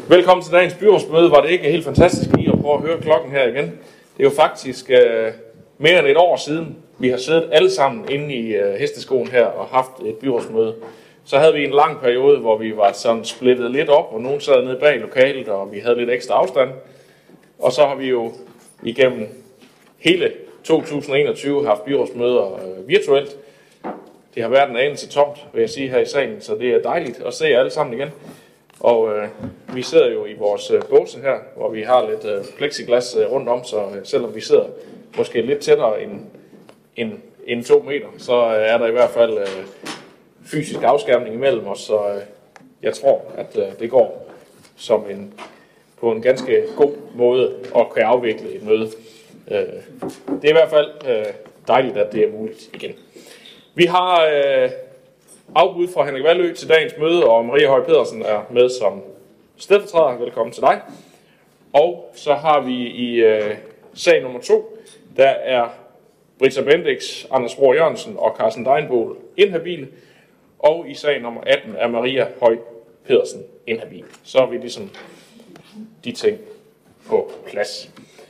Velkommen til dagens byrådsmøde, hvor det ikke er helt fantastisk lige at prøve at høre klokken her igen. Det er jo faktisk mere end et år siden, vi har siddet alle sammen inde i hesteskoen her og haft et byrådsmøde. Så havde vi en lang periode, hvor vi var sådan splittet lidt op, og nogen sad nede bag lokalet, og vi havde lidt ekstra afstand. Og så har vi jo igennem hele 2021 haft byrådsmøder virtuelt. Det har været en anelse tomt, vil jeg sige, her i salen, så det er dejligt at se jer alle sammen igen. Og vi sidder jo i vores båse her, hvor vi har lidt plexiglas rundt om, så selvom vi sidder måske lidt tættere end 2 meter, så er der i hvert fald fysisk afskærmning imellem os, så jeg tror, at det går som på en ganske god måde at kunne afvikle et møde. Det er i hvert fald dejligt, at det er muligt igen. Vi har afbud fra Henrik Valø til dagens møde, og Maria Høj Pedersen er med som stedfortræder. Velkommen til dig. Og så har vi i sag nummer 2, der er Britta Bendix, Anders Roar Jørgensen og Carsten Deinbol inhabile. Og i sag nummer 18 er Maria Høj Pedersen inhabil. Så er vi ligesom de ting på plads.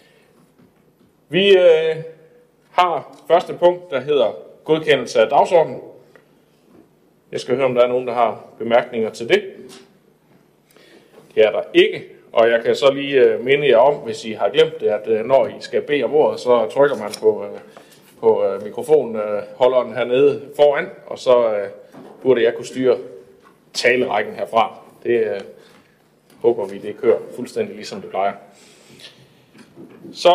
Vi har første punkt, der hedder godkendelse af dagsordenen. Jeg skal høre, om der er nogen, der har bemærkninger til det. Det er der ikke, og jeg kan så lige minde jer om, hvis I har glemt det, at når I skal bede om ordet, så trykker man på mikrofonholderen hernede foran, og så burde jeg kunne styre talerækken herfra. Det håber vi, det kører fuldstændig ligesom det plejer. Så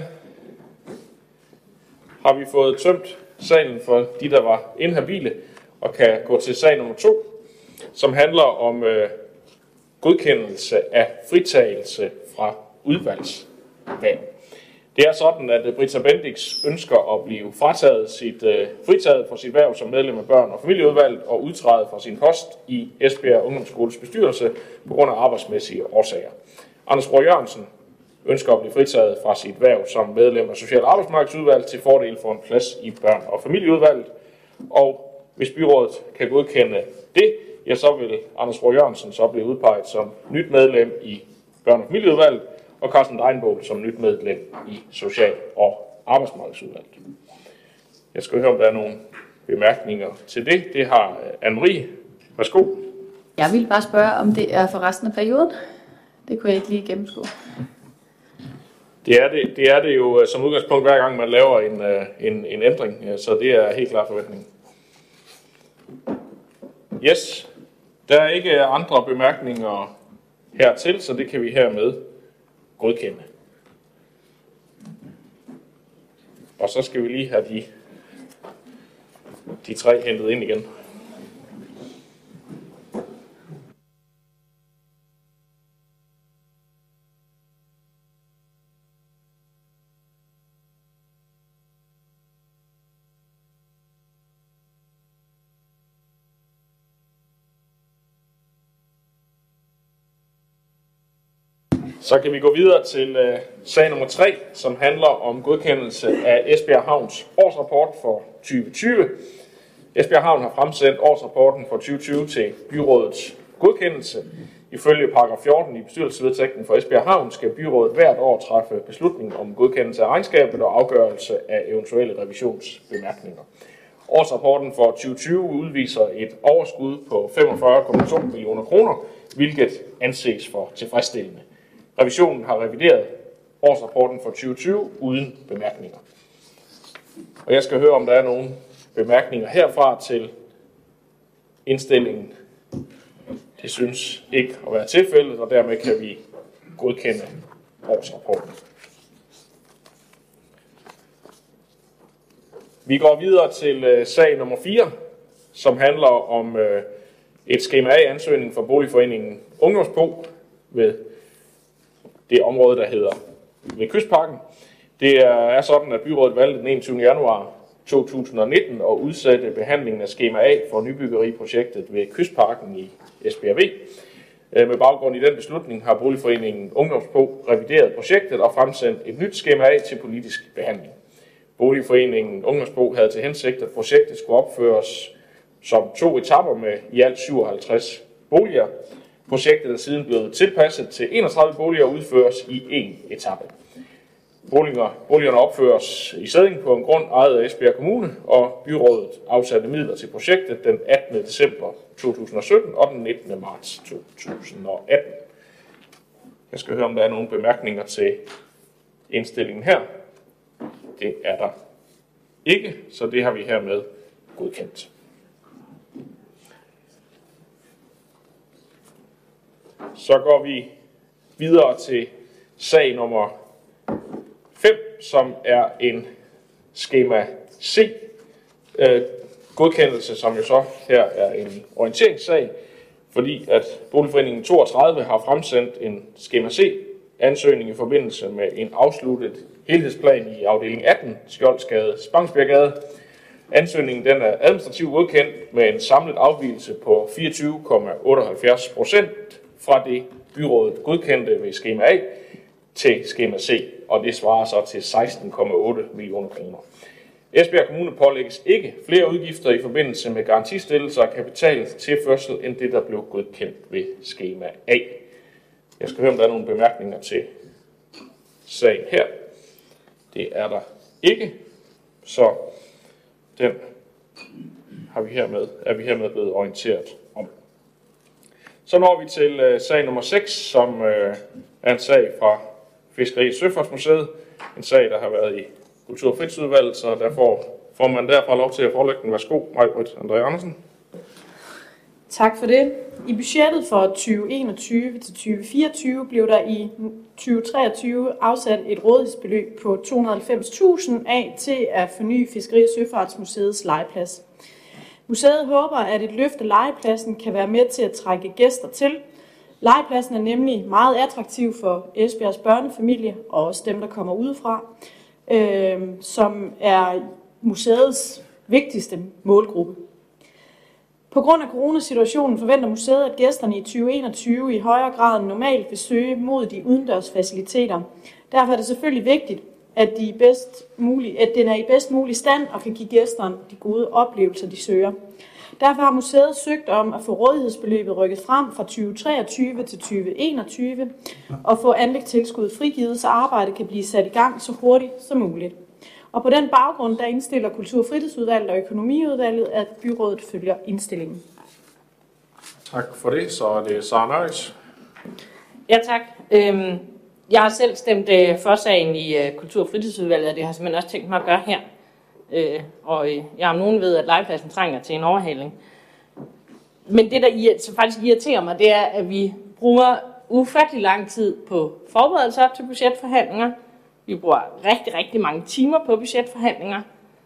har vi fået tømt salen for de, der var inhabile, og kan gå til sag nummer 2, som handler om godkendelse af fritagelse fra udvalgsvalg. Det er sådan, at Britta Bendix ønsker at blive fritaget fra sit hverv som medlem af børn- og familieudvalget og udtræde fra sin post i Esbjerg Ungdomsskoles bestyrelse på grund af arbejdsmæssige årsager. Anders Roar Jørgensen ønsker at blive fritaget fra sit hverv som medlem af Social- og Arbejdsmarkedsudvalget til fordel for en plads i børn- og familieudvalget. Og hvis byrådet kan godkende det, ja, så vil Anders Roar Jørgensen så blive udpeget som nyt medlem i børn- og familieudvalget, og Carsten Deinbol som nyt medlem i Social- og Arbejdsmarkedsudvalget. Jeg skal høre, om der er nogle bemærkninger til det. Det har Anne-Marie. Værsgo. Jeg vil bare spørge, om det er for resten af perioden. Det kunne jeg ikke lige gennemskue. Det er det jo som udgangspunkt hver gang, man laver en ændring, så det er helt klart forventningen. Yes, der er ikke andre bemærkninger hertil, så det kan vi hermed godkende. Og så skal vi lige have de 3 hentet ind igen. Så kan vi gå videre til sag nummer 3, som handler om godkendelse af Esbjerg Havns årsrapport for 2020. Esbjerg Havn har fremsendt årsrapporten for 2020 til byrådets godkendelse. Ifølge paragraf 14 i bestyrelsesvedtægten for Esbjerg Havn skal byrådet hvert år træffe beslutning om godkendelse af regnskabet og afgørelse af eventuelle revisionsbemærkninger. Årsrapporten for 2020 udviser et overskud på 45,2 millioner kroner, hvilket anses for tilfredsstillende. Revisionen har revideret årsrapporten for 2020 uden bemærkninger. Og jeg skal høre, om der er nogle bemærkninger herfra til indstillingen. Det synes ikke at være tilfældet, og dermed kan vi godkende årsrapporten. Vi går videre til sag nummer 4, som handler om et skema A-ansøgning for boligforeningen Ungdomsbo ved det område, der hedder ved Kystparken. Det er sådan, at byrådet valgte den 21. januar 2019 at udsætte behandlingen af skema A for nybyggeriprojektet ved Kystparken i Esbjerg V. Med baggrund i den beslutning har boligforeningen Ungdomsbo revideret projektet og fremsendt et nyt skema A til politisk behandling. Boligforeningen Ungdomsbo havde til hensigt, at projektet skulle opføres som 2 etaper med i alt 57 boliger. Projektet er siden blevet tilpasset til 31 boliger og udføres i en etape. Boligerne opføres i Sædding på en grund ejet af Esbjerg Kommune, og byrådet afsatte midler til projektet den 18. december 2017 og den 19. marts 2018. Jeg skal høre, om der er nogle bemærkninger til indstillingen her. Det er der ikke, så det har vi hermed godkendt. Så går vi videre til sag nummer 5, som er en skema C godkendelse, som jo så her er en orienteringssag, fordi at Boligforeningen 32 har fremsendt en skema C ansøgning i forbindelse med en afsluttet helhedsplan i afdeling 18, Skjoldsgade, Spangsbjerggade. Ansøgningen den er administrativt godkendt med en samlet afvigelse på 24,78% fra det byrådet godkendte ved skema A til skema C, og det svarer så til 16,8 millioner kroner. Esbjerg Kommune pålægges ikke flere udgifter i forbindelse med garantistillelse og kapitaltilførsel end det, der blev godkendt ved skema A. Jeg skal høre, om der er nogle bemærkninger til sagen her. Det er der ikke, så den er vi hermed blevet orienteret om. Så når vi til sag nummer 6, som er en sag fra Fiskeri- og Søfartsmuseet. En sag, der har været i Kultur- og Fritidsudvalget, så der får man derfra lov til at forelægge den. Værsgo, Maj-Britt André Andersen. Tak for det. I budgettet for 2021 til 2024 blev der i 2023 afsat et rådighedsbeløb på 290.000 af til at forny Fiskeri- og Søfartsmuseets legeplads. Museet håber, at et løft af legepladsen kan være med til at trække gæster til. Legepladsen er nemlig meget attraktiv for Esbjergs børnefamilie og også dem, der kommer udefra, som er museets vigtigste målgruppe. På grund af coronasituationen forventer museet, at gæsterne i 2021 i højere grad end normalt vil søge mod de udendørs faciliteter. Derfor er det selvfølgelig vigtigt, at den er i bedst mulig stand og kan give gæsterne de gode oplevelser, de søger. Derfor har museet søgt om at få rådighedsbeløbet rykket frem fra 2023 til 2021 og få anlægstilskud frigivet, så arbejdet kan blive sat i gang så hurtigt som muligt. Og på den baggrund, der indstiller Kultur- og Fritidsudvalget og Økonomiudvalget, at byrådet følger indstillingen. Tak for det. Så er det Sara Nøjes. Ja, tak. Jeg har selv stemt for sagen i Kultur- og Fritidsudvalget, og det har jeg simpelthen også tænkt mig at gøre her. Og jeg om nogen ved, at legepladsen trænger til en overhaling. Men det, der så faktisk irriterer mig, det er, at vi bruger ufattelig lang tid på forberedelser op til budgetforhandlinger. Vi bruger rigtig, rigtig mange timer på budgetforhandlinger.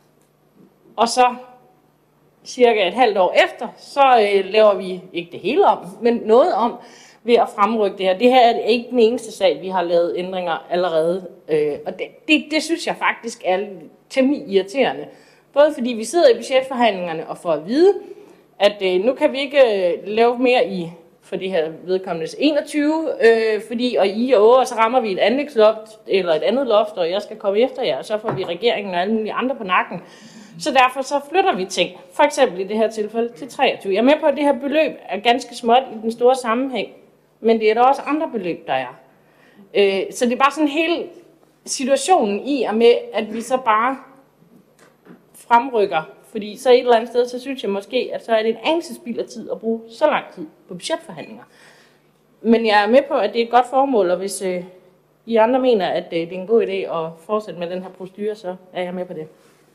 Og så cirka et halvt år efter, så laver vi ikke det hele om, men noget om ved at fremrykke det her. Det her er ikke den eneste sag, vi har lavet ændringer allerede. Og det synes jeg faktisk er temmelig irriterende. Både fordi vi sidder i budgetforhandlingerne og får at vide, at nu kan vi ikke lave mere for det her vedkommendes 21, fordi og I og år, så rammer vi et anlægsloft eller et andet loft, og jeg skal komme efter jer, og så får vi regeringen og alle mulige andre på nakken. Så derfor så flytter vi ting, for eksempel i det her tilfælde til 23. Jeg er med på, at det her beløb er ganske småt i den store sammenhæng, men det er der også andre beløb, der er. Så det er bare sådan hele situationen i og med, at vi så bare fremrykker. Fordi så et eller andet sted, så synes jeg måske, at så er det en anelse spild af tid at bruge så lang tid på budgetforhandlinger. Men jeg er med på, at det er et godt formål, og hvis I andre mener, at det er en god idé at fortsætte med den her procedure, så er jeg med på det.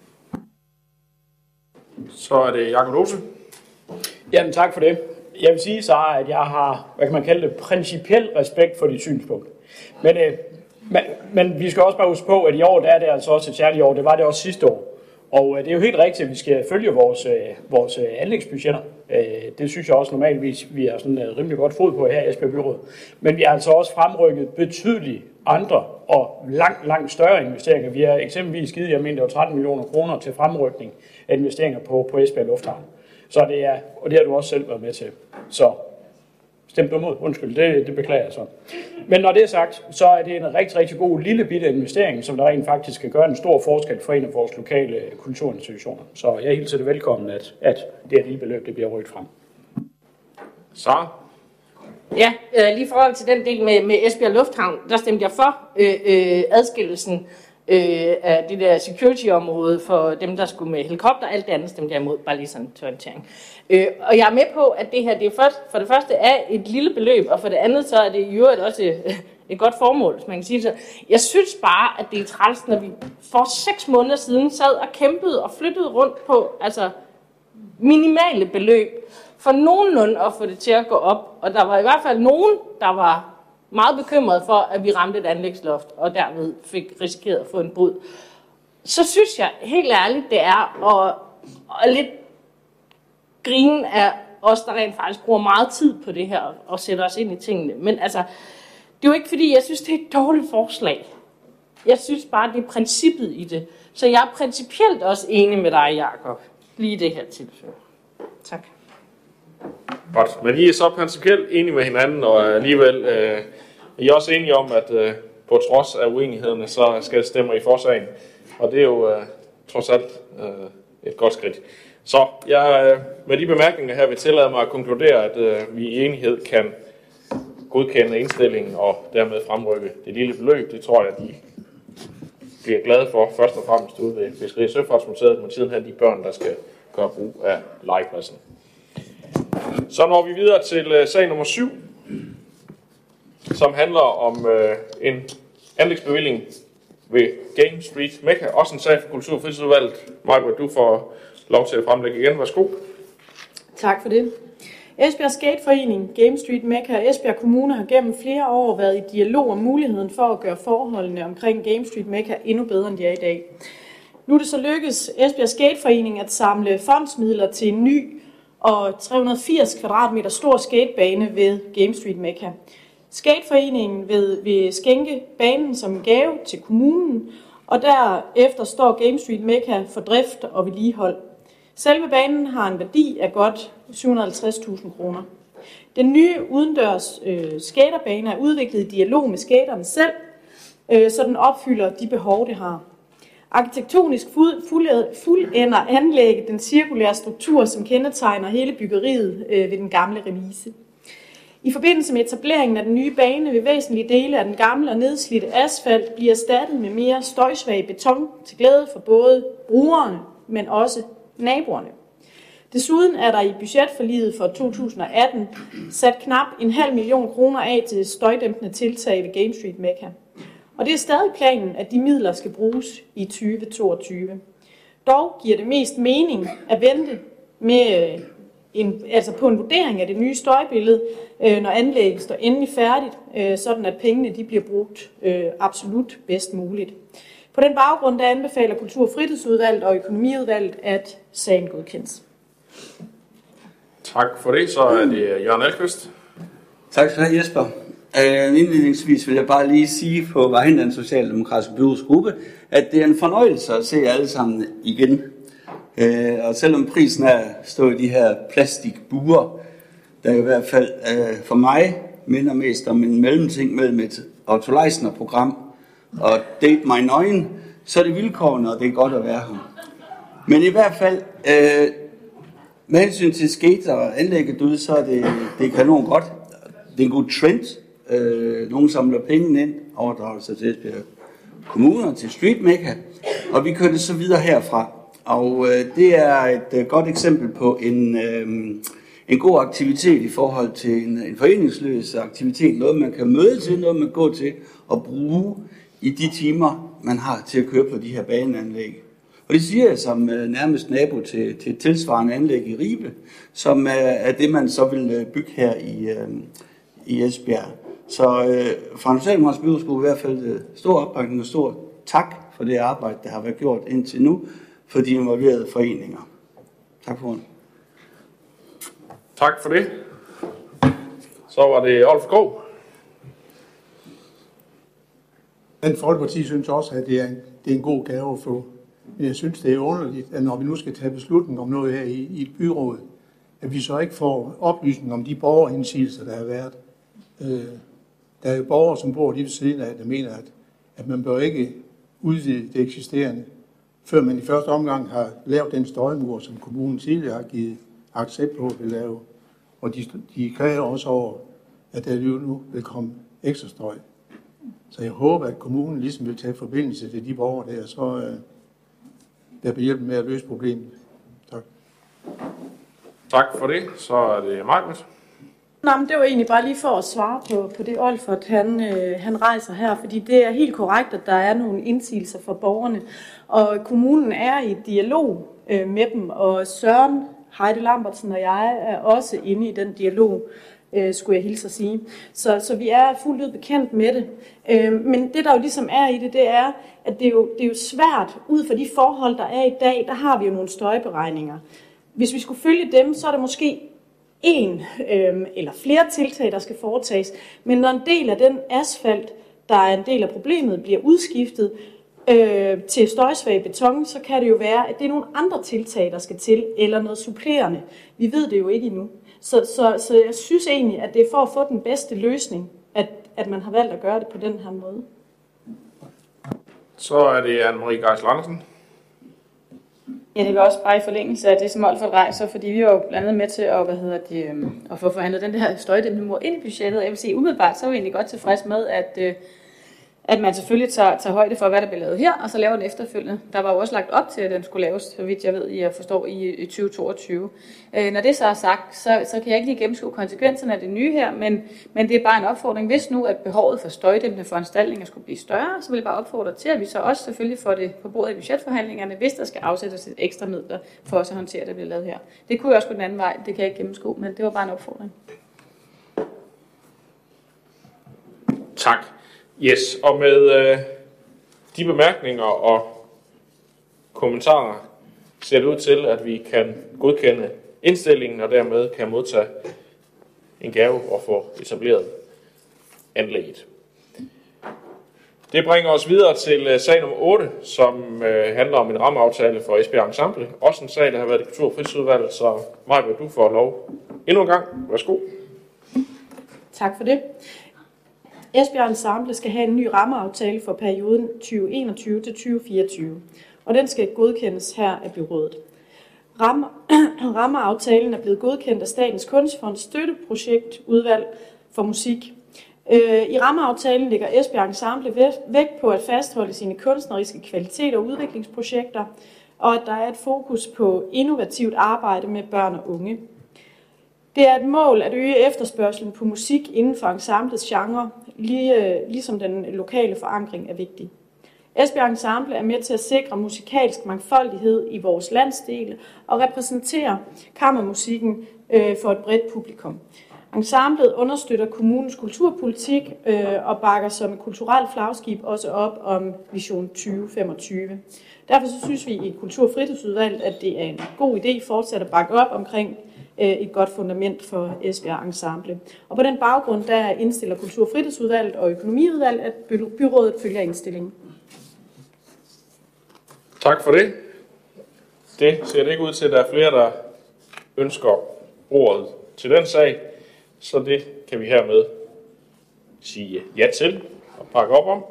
Så er det Jakob Lose. Jamen tak for det. Jeg vil sige så, at jeg har, hvad kan man kalde det, principiel respekt for dit synspunkt. Men vi skal også bare huske på, at i år der er det altså også et særligt år. Det var det også sidste år. Og det er jo helt rigtigt, at vi skal følge vores anlægsbudgetter. Det synes jeg også normalvis, vi er sådan rimelig godt fod på her i Esbjerg Byråd. Men vi har altså også fremrykket betydeligt andre og langt større investeringer. Vi har eksempelvis givet, jeg mener, det var 13 millioner kroner til fremrykning af investeringer på Esbjerg Lufthavn. Så og det har du også selv været med til. Så stem du mod. Undskyld, det beklager jeg så. Men når det er sagt, så er det en rigtig, rigtig god lille bitte investering, som der rent faktisk kan gøre en stor forskel for en af vores lokale kulturinstitutioner. Så jeg hilser det velkommen, at det her lille beløb det bliver rykket frem. Så. Ja, lige i forhold til den del med Esbjerg Lufthavn, der stemte jeg for adskillelsen af det der security-område for dem, der skulle med helikopter. Alt det andet stemte jeg imod, bare lige sådan til orientering. Og jeg er med på, at det her det er for det første er et lille beløb, og for det andet så er det i øvrigt også et godt formål, hvis man kan sige det. Jeg synes bare, at det er træls, når vi for 6 måneder siden sad og kæmpede og flyttede rundt på altså minimale beløb for nogenlunde at få det til at gå op. Og der var i hvert fald nogen, der var meget bekymret for, at vi ramte et anlægsloft, og derved fik risikeret at få en brud. Så synes jeg helt ærligt, det er at lidt grine af os, der rent faktisk bruger meget tid på det her, og sætter os ind i tingene. Men altså, det er jo ikke fordi, jeg synes, det er et dårligt forslag. Jeg synes bare, det er princippet i det. Så jeg er principielt også enig med dig, Jacob, lige i det her tilfælde. Tak. Godt, men I er så principielt enige med hinanden, og alligevel I er også enige om, at på trods af uenighederne, så skal stemme I for sagen. Og det er jo trods alt et godt skridt. Så jeg med de bemærkninger her vil tillade mig at konkludere, at vi i enighed kan godkende indstillingen og dermed fremrykke det lille beløb. Det tror jeg, de bliver glade for, først og fremmest ude ved Fiskeri- og Søfartsmuseet, men siden de børn, der skal gøre brug af legepladsen. Så når vi videre til sag nummer 7, som handler om en anlægsbevilling ved Game Street Mekka. Også en sag for Kultur- og Fritidsudvalget. Margaret, du får lov til at fremlægge igen. Værsgo. Tak for det. Esbjerg Skateforening, Game Street Mekka og Esbjerg Kommune har gennem flere år været i dialog om muligheden for at gøre forholdene omkring Game Street Mekka endnu bedre, end de er i dag. Nu er det så lykkedes Esbjerg Skateforening at samle fondsmidler til en ny og 380 kvadratmeter stor skatebane ved Game Street Mekka. Skateforeningen vil skænke banen som en gave til kommunen, og derefter står Game Street Mekka for drift og vedligehold. Selve banen har en værdi af godt 750.000 kroner. Den nye udendørs skaterbane er udviklet i dialog med skaterne selv, så den opfylder de behov, det har. Arkitektonisk fuldender anlægget den cirkulære struktur, som kendetegner hele byggeriet ved den gamle remise. I forbindelse med etableringen af den nye bane vil væsentlige dele af den gamle og nedslidte asfalt blive erstattet med mere støjsvag beton til glæde for både brugerne, men også naboerne. Desuden er der i budgetforliget for 2018 sat knap 0,5 million kroner af til støjdæmpende tiltag ved Game Street Mekka. Og det er stadig planen, at de midler skal bruges i 2022. Dog giver det mest mening at vente med på en vurdering af det nye støjbillede, når anlægget står endelig færdigt, sådan at pengene de bliver brugt absolut bedst muligt. På den baggrund der anbefaler Kultur- og Fritidsudvalget og Økonomiudvalget, at sagen godkendes. Tak for det. Så er det Jørgen Alkvist. Tak skal du have, Jesper. Indledningsvis vil jeg bare lige sige på vegne af den socialdemokratiske byrådsgruppe, at det er en fornøjelse at se alle sammen igen. Og selvom prisen er stået i de her plastikbuer, der i hvert fald for mig minder mest om en mellemting mellem et Otto Leisner-program og Date My Nøgen, så er det vilkårene, og det er godt at være her. Men i hvert fald, med hensyn til skate og anlægget ud, så er det kanon godt. Det er en god trend. Nogle samler penge ind, overdrager sig til Esbjerg Kommune til Street Mekka, og vi kører det så videre herfra. Og det er et godt eksempel på en god aktivitet i forhold til en foreningsløs aktivitet. Noget, man kan møde til, noget, man går til og bruge i de timer, man har til at køre på de her baneanlæg. Og det siger jeg som nærmest nabo til et tilsvarende anlæg i Ribe, som er det, man så vil bygge her i Esbjerg. Så fra en socialdemokratisk byrådsgruppe i hvert fald stor opbakning og stor tak for det arbejde, der har været gjort indtil nu for de involverede foreninger. Tak for det. Tak for det. Så var det Olf Grov. Dansk Folkeparti synes også, at det er en god gave at få. Men jeg synes, det er underligt, at når vi nu skal tage beslutning om noget her i et byråd, at vi så ikke får oplysning om de borgerindsigelser, der har været. Der er jo borgere, som bor lige ved siden af, der mener, at man bør ikke udvide det eksisterende, før man i første omgang har lavet den støjmur, som kommunen tidligere har givet accept på at lave. Og de klager også over, at der nu vil komme ekstra støj. Så jeg håber, at kommunen ligesom vil tage forbindelse til de borgere der, så der vil hjælpe med at løse problemet. Tak. Tak for det. Så er det Margrethe. Nå, men det var egentlig bare lige for at svare på det, Olfert han rejser her, fordi det er helt korrekt, at der er nogle indsigelser fra borgerne, og kommunen er i dialog med dem, og Søren, Heide Lambertsen og jeg er også inde i den dialog, skulle jeg hilse at sige. Så vi er fuldt ud bekendt med det. Men det, der jo ligesom er i det, det er, at det er jo svært, ud fra de forhold, der er i dag, der har vi jo nogle støjberegninger. Hvis vi skulle følge dem, så er der måske en eller flere tiltag, der skal foretages. Men når en del af den asfalt, der er en del af problemet, bliver udskiftet til støjsvag beton, så kan det jo være, at det er nogle andre tiltag, der skal til, eller noget supplerende. Vi ved det jo ikke endnu. Så jeg synes egentlig, at det er for at få den bedste løsning, at man har valgt at gøre det på den her måde. Så er det Anne-Marie Geisler Andersen. Ja, det var også bare i forlængelse af det, som Olfert rejser, fordi vi var jo blandt andet med til at få forhandlet den der støjdæmpende mur ind i budgettet. Jeg vil sige, umiddelbart så er vi egentlig godt tilfreds med, at man selvfølgelig tager højde for, hvad der bliver lavet her, og så laver den efterfølgende. Der var jo også lagt op til, at den skulle laves, så vidt jeg ved, jeg forstår, i 2022. Når det så er sagt, så kan jeg ikke lige gennemskue konsekvenserne af det nye her, men det er bare en opfordring. Hvis nu, at behovet for støjdæmpende foranstaltninger skulle blive større, så vil jeg bare opfordre til, at vi så også selvfølgelig får det på bordet i budgetforhandlingerne, hvis der skal afsættes et ekstra midler for os at håndtere, det bliver lavet her. Det kunne jo også gå den anden vej, det kan jeg ikke gennemskue, men det var bare en opfordring. Tak. Yes, og med de bemærkninger og kommentarer ser det ud til, at vi kan godkende indstillingen og dermed kan modtage en gave og få etableret anlægget. Det bringer os videre til sag nummer 8, som handler om en rammeaftale for Esbjerg Ensemble. Også en sag, der har været i Kultur- og Fritidsudvalget, så Maja, du får lov endnu en gang. Værsgo. Tak for det. Esbjerg Ensemble skal have en ny rammeaftale for perioden 2021 til 2024, og den skal godkendes her af byrådet. Rammeaftalen er blevet godkendt af Statens Kunstfonds støtteprojektudvalg for musik. I rammeaftalen lægger Esbjerg Ensemble vægt på at fastholde sine kunstneriske kvaliteter og udviklingsprojekter, og at der er et fokus på innovativt arbejde med børn og unge. Det er et mål at øge efterspørgselen på musik inden for ensemblets genre, ligesom den lokale forankring er vigtig. Esbjerg Ensemble er med til at sikre musikalsk mangfoldighed i vores landsdel og repræsentere kammermusikken for et bredt publikum. Ensemblet understøtter kommunens kulturpolitik og bakker som kulturelt flagskib også op om Vision 2025. Derfor så synes vi i Kultur- og Fritidsudvalget, at det er en god idé fortsat at bakke op omkring et godt fundament for Esbjerg Ensemble. Og på den baggrund, der indstiller Kultur- og Fritidsudvalget og Økonomiudvalget, at byrådet følger indstillingen. Tak for det. Det ser det ikke ud til, at der er flere, der ønsker ordet til den sag, så det kan vi hermed sige ja til og pakke op om.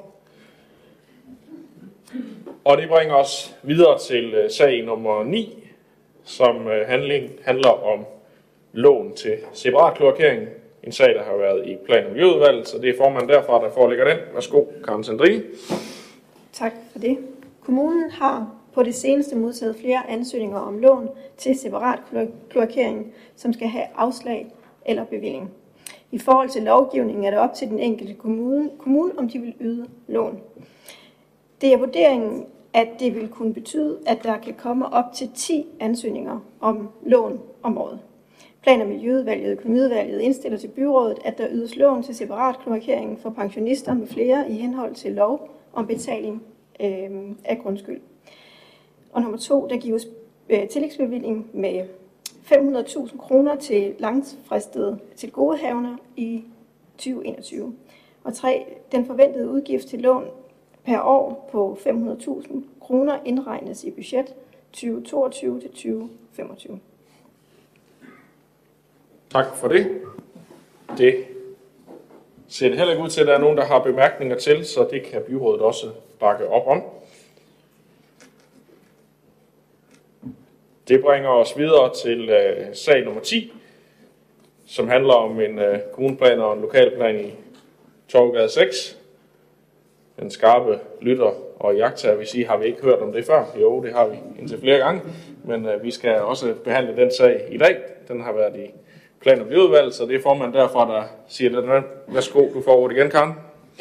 Og det bringer os videre til sag nummer 9, som handler om lån til separat kloakering. En sag, der har været i Plan- og Miljøudvalget, så det er formanden derfra, der forelægger den. Værsgo, Karen Sandrine. Tak for det. Kommunen har på det seneste modtaget flere ansøgninger om lån til separat kloakering, som skal have afslag eller bevilling. I forhold til lovgivningen er det op til den enkelte kommune, om de vil yde lån. Det er vurderingen, at det vil kunne betyde, at der kan komme op til 10 ansøgninger om lån om året. Plan- og Miljøudvalget og Økonomiudvalget indstiller til byrådet, at der ydes lån til separat kloakering for pensionister med flere i henhold til lov om betaling af grundskyld. Og nummer 2, der gives tillægsbevilling med 500.000 kroner til langfristede tilgodehavender i 2021. Og 3, den forventede udgift til lån per år på 500.000 kroner indregnes i budget 2022 til 2025. Tak for det. Det ser det heller ikke ud til, at der er nogen, der har bemærkninger til, så det kan byrådet også bakke op om. Det bringer os videre til sag nummer 10, som handler om en kommuneplan og en lokalplan i Torvegade 6. Den skarpe lytter og jagttager vil sige, har vi ikke hørt om det før? Jo, det har vi indtil flere gange, men vi skal også behandle den sag i dag. Den har været i plan- og miljøudvalget, så det er formanden derfra, der siger den. Værsgo, du får ordet igen, Karen.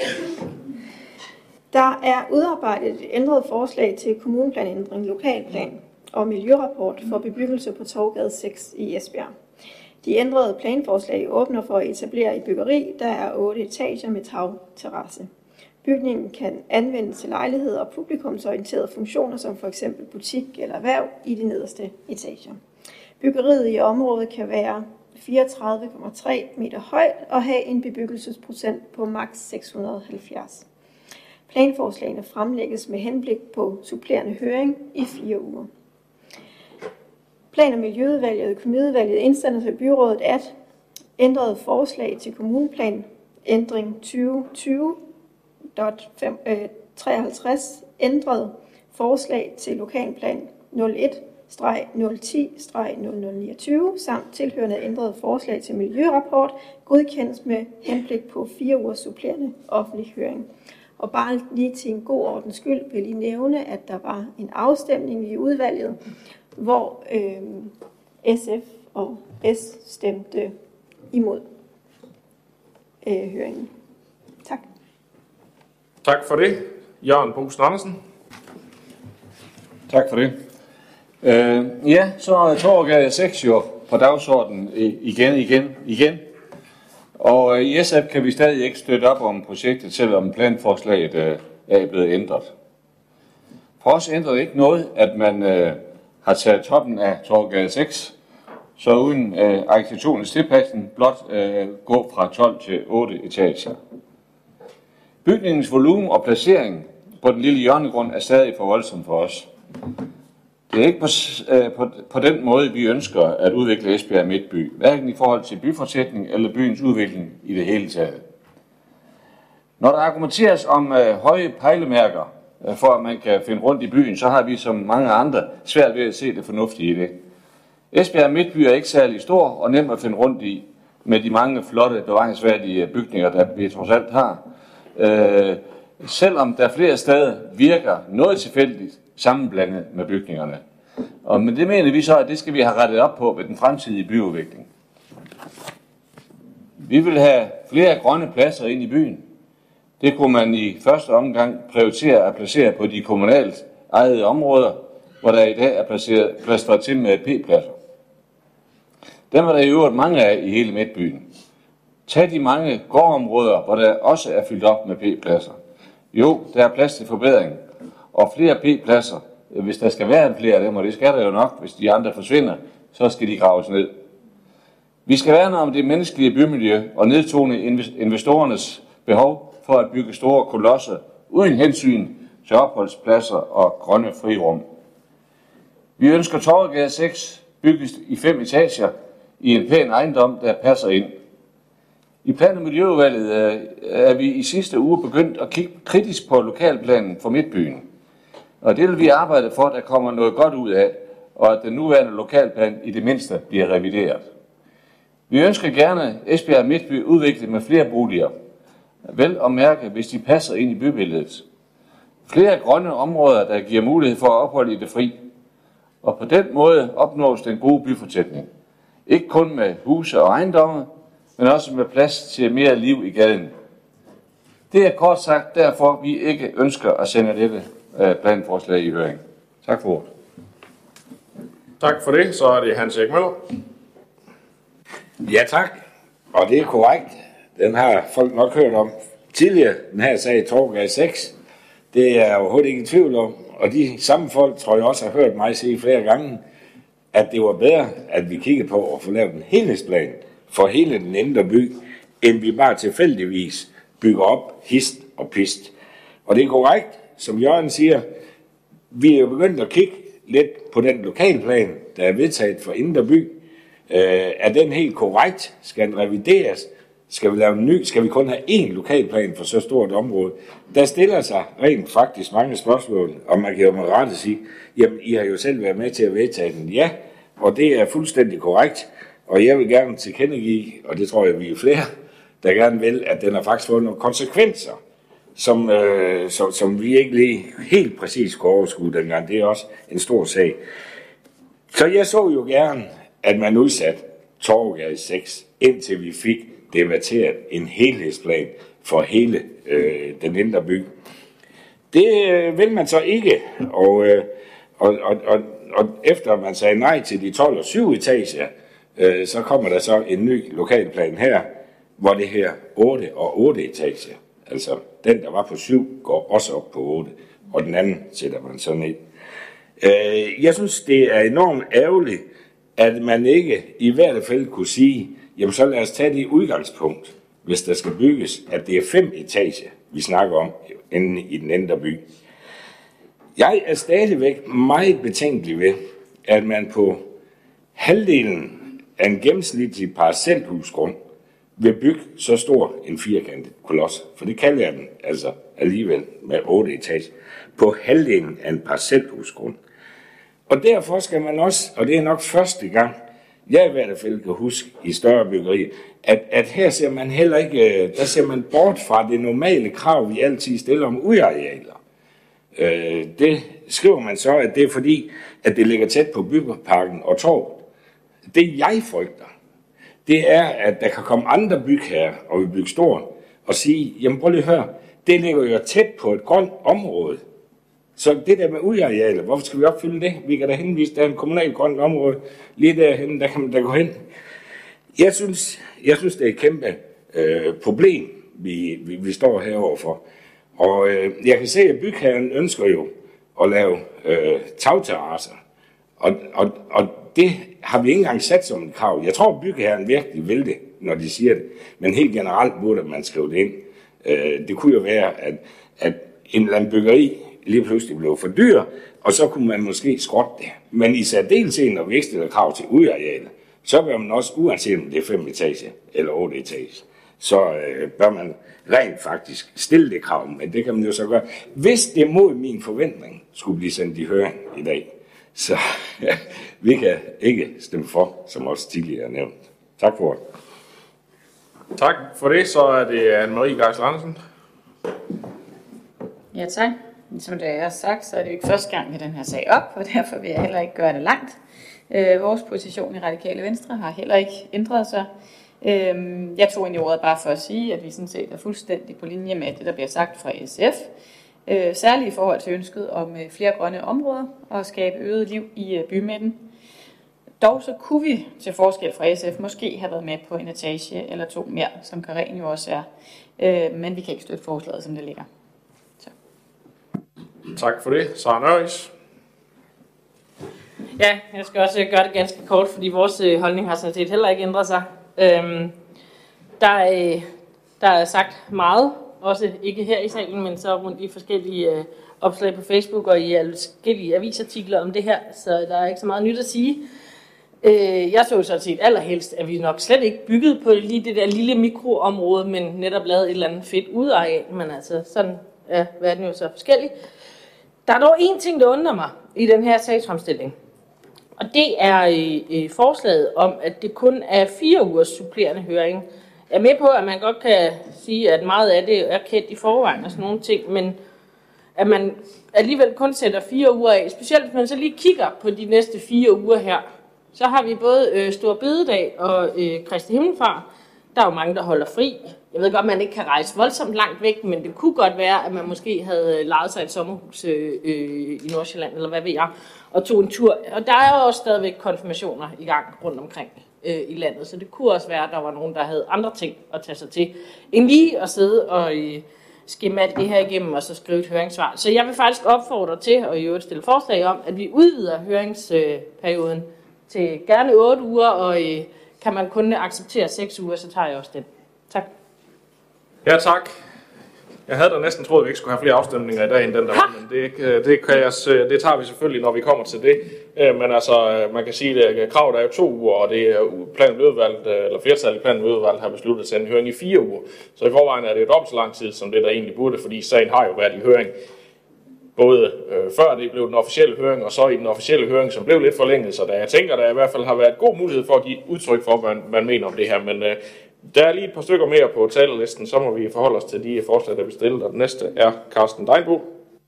Der er udarbejdet et ændret forslag til kommuneplanændring, lokalplan og miljørapport for bebyggelse på Torvegade 6 i Esbjerg. De ændrede planforslag åbner for at etablere et byggeri, der er 8 etager med tagterrasse. Bygningen kan anvendes til lejligheder og publikumsorienterede funktioner, som f.eks. butik eller erhverv i de nederste etager. Byggeriet i området kan være 34,3 meter højt og have en bebyggelsesprocent på maks 670. Planforslagene fremlægges med henblik på supplerende høring i 4 uger. Plan- og Miljøudvalget og Økonomiudvalget indsender til byrådet at ændrede forslag til kommuneplan ændring 2020.53 ændret forslag til lokalplan 01/010/0029 samt tilhørende ændret forslag til miljørapport godkendes med henblik på 4 ugers supplerende offentlig høring. Og bare lige til en god ordens skyld vil jeg lige nævne, at der var en afstemning i udvalget, hvor SF og S stemte imod høringen. Tak. Tak for det. Jørgen Bosen Andersen. Tak for det. Så er Torvegade 6 jo på dagsordenen igen. Og i SF kan vi stadig ikke støtte op om projektet, selvom planforslaget er blevet ændret. For os ændrer det ikke noget, at man har taget toppen af Torvegade 6, så uden arkitektonisk tilpasning blot gå fra 12 til 8 etager. Bygningens volumen og placering på den lille hjørnegrund er stadig for voldsom for os. Det er ikke på den måde, vi ønsker at udvikle Esbjerg Midtby, hverken i forhold til byfortætning eller byens udvikling i det hele taget. Når der argumenteres om høje pejlemærker, for at man kan finde rundt i byen, så har vi som mange andre svært ved at se det fornuftige i det. Esbjerg Midtby er ikke særlig stor og nem at finde rundt i, med de mange flotte bevaringsværdige bygninger, der vi trods alt har. Selvom der flere steder virker noget tilfældigt sammenblandet med bygningerne. Men det mener vi så, at det skal vi have rettet op på ved den fremtidige byudvikling. Vi vil have flere grønne pladser ind i byen. Det kunne man i første omgang prioritere at placere på de kommunalt ejede områder, hvor der i dag er plastret til med P-pladser. Dem er der i øvrigt mange af i hele Midtbyen. Tag de mange gårdområder, hvor der også er fyldt op med P-pladser. Jo, der er plads til forbedring, og flere P-pladser, hvis der skal være flere af dem, og det skal der jo nok, hvis de andre forsvinder, så skal de graves ned. Vi skal værne om det menneskelige bymiljø og nedtone investorernes behov for at bygge store kolosser uden hensyn til opholdspladser og grønne frirum. Vi ønsker Torvegade 6 bygges i 5 etager i en pæn ejendom, der passer ind. I Plan- og Miljøudvalget er vi i sidste uge begyndt at kigge kritisk på lokalplanen for Midtbyen. Og det vil vi arbejde for, at der kommer noget godt ud af, og at den nuværende lokalplan i det mindste bliver revideret. Vi ønsker gerne Esbjerg Midtby udviklet med flere boliger. Vel at mærke, hvis de passer ind i bybilledet. Flere grønne områder, der giver mulighed for at opholde i det fri. Og på den måde opnås den gode byfortætning. Ikke kun med huse og ejendomme, men også med plads til mere liv i gaden. Det er kort sagt derfor, vi ikke ønsker at sende dette planforslag i høring. Tak for ordet. Tak for det. Så er det Hans Erik Møller. Ja, tak. Og det er korrekt. Den har folk nok hørt om tidligere, den her sag i Torvegade 6. Det er jeg overhovedet ikke i tvivl om. Og de samme folk, tror jeg også har hørt mig sige flere gange, at det var bedre, at vi kiggede på at få lavet en helhedsplan for hele den indre by, end vi bare tilfældigvis bygger op hist og pist. Og det er korrekt, som Jørgen siger, vi er jo begyndt at kigge lidt på den lokalplan, der er vedtaget for indre by. Er den helt korrekt? Skal den revideres? Skal vi lave en ny? Skal vi kun have én lokalplan for så stort et område? Der stiller sig rent faktisk mange spørgsmål, og man kan jo med rette sige, jamen I har jo selv været med til at vedtage den. Ja, og det er fuldstændig korrekt. Og jeg vil gerne tilkendegive, og det tror jeg, vi er flere, der gerne vil, at den har faktisk fået nogle konsekvenser, som vi ikke lige helt præcis kunne overskue dengang. Det er også en stor sag. Så jeg så jo gerne, at man udsatte Torvegade 6, indtil vi fik debatteret en helhedsplan for hele den indre by. Det vil man så ikke, og efter man sagde nej til de 12 og 7 etager, så kommer der så en ny lokalplan her, hvor det her 8 og 8 etager. Altså den, der var på 7, går også op på 8, og den anden sætter man så ned. Jeg synes, det er enormt ærgerligt, at man ikke i hvert fald kunne sige, jamen så lad os tage det udgangspunkt, hvis der skal bygges, at det er 5 etager, vi snakker om inde i den indre by. Jeg er stadigvæk meget betænkelig ved, at man på halvdelen af en gennemsnitlig parcelhusgrund vil bygge så stor en firkantet koloss. For det kalder jeg den altså alligevel med 8 etager på halvdelen af en parcelhusgrund. Og derfor skal man også, og det er nok første gang, jeg i hvert fald kan huske i større byggerier, at her ser man heller ikke, der ser man bort fra det normale krav, vi altid stiller om udarealer. Det skriver man så, at det er fordi, at det ligger tæt på byggeparken og torvet. Det jeg frygter, det er, at der kan komme andre bygherrer og vil bygge stort og sige, jamen prøv lige at høre, det ligger jo tæt på et grønt område. Så det der med udarealer, hvorfor skal vi opfylde det? Vi kan da henvise, der er en kommunal grønt område lige derhen, der kan man da gå hen. Jeg synes det er et kæmpe problem, vi står herovre for. Og jeg kan se, at bygherren ønsker jo at lave tagterrasser. Og det har vi ikke engang sat som et krav. Jeg tror, at bygherren virkelig vil det, når de siger det. Men helt generelt burde man skrive det ind. Det kunne jo være, at en eller anden byggeri lige pludselig blev for dyr, og så kunne man måske skrotte det. Men i særdeleshed, når vi ikke stiller krav til udarealer, så bør man også, uanset om det er 5 etager eller 8 etager, så bør man rent faktisk stille det krav, men det kan man jo så gøre. Hvis det mod min forventning skulle blive sendt i høring i dag, så vi kan ikke stemme for, som også tidligere nævnt. Tak for det. Tak for det. Så er det Anne-Marie Geisler Andersen. Ja, tak. Som det er sagt, så er det jo ikke første gang, vi den her sag op, og derfor vil jeg heller ikke gøre det langt. Vores position i Radikale Venstre har heller ikke ændret sig. Jeg tog ind i ordet bare for at sige, at vi sådan set er fuldstændig på linje med det, der bliver sagt fra SF. Særligt i forhold til ønsket om flere grønne områder og skabe øget liv i bymidten. Dog så kunne vi til forskel fra SF måske have været med på en etage eller 2 mere, som Karen jo også er. Men vi kan ikke støtte forslaget, som det ligger. Så. Tak for det. Sara Nørris. Ja, jeg skal også gøre det ganske kort, fordi vores holdning har sådan set heller ikke ændret sig. Der er sagt meget, også ikke her i salen, men så rundt i forskellige opslag på Facebook og i forskellige avisartikler om det her, så der er ikke så meget nyt at sige. Jeg så sådan set allerhelst, at vi nok slet ikke byggede på lige det der lille mikroområde, men netop lavet et eller andet fedt udareal, men altså sådan er verden jo så forskellig. Der er dog en ting, der undrer mig i den her sagsfremstilling, og det er forslaget om, at det kun er 4 ugers supplerende høring. Jeg er med på, at man godt kan sige, at meget af det er kendt i forvejen og sådan nogle ting, men at man alligevel kun sætter 4 uger af, specielt hvis man så lige kigger på de næste 4 uger her, så har vi både Stor Bededag og Kristi Himmelfart. Der er jo mange, der holder fri. Jeg ved godt, at man ikke kan rejse voldsomt langt væk, men det kunne godt være, at man måske havde lejet sig et sommerhus i Nordsjælland, eller hvad ved jeg, og tog en tur. Og der er jo også stadigvæk konfirmationer i gang rundt omkring i landet, så det kunne også være, at der var nogen, der havde andre ting at tage sig til, end lige at sidde og skematte det her igennem og så skrive et høringssvar. Så jeg vil faktisk opfordre til, og i øvrigt stille forslag om, at vi udvider høringsperioden til gerne 8 uger, og kan man kun acceptere 6 uger, så tager jeg også den. Tak. Ja, tak. Jeg havde da næsten troet, at vi ikke skulle have flere afstemninger i dag, end den der var, men det tager vi selvfølgelig, når vi kommer til det. Men altså, man kan sige, at kravet er jo 2 uger, og det er eller flertallet i planudvalget har besluttet at sende høring i 4 uger. Så i forvejen er det jo dobbelt så lang tid, som det der egentlig burde, fordi sagen har jo været i høring både før det blev den officielle høring, og så i den officielle høring, som blev lidt forlænget. Så jeg tænker, der i hvert fald har været god mulighed for at give udtryk for, hvad man mener om det her. Men der er lige et par stykker mere på talerlisten, så må vi forholde os til de forslag, der er bestilt. Og den næste er Carsten Deinbo.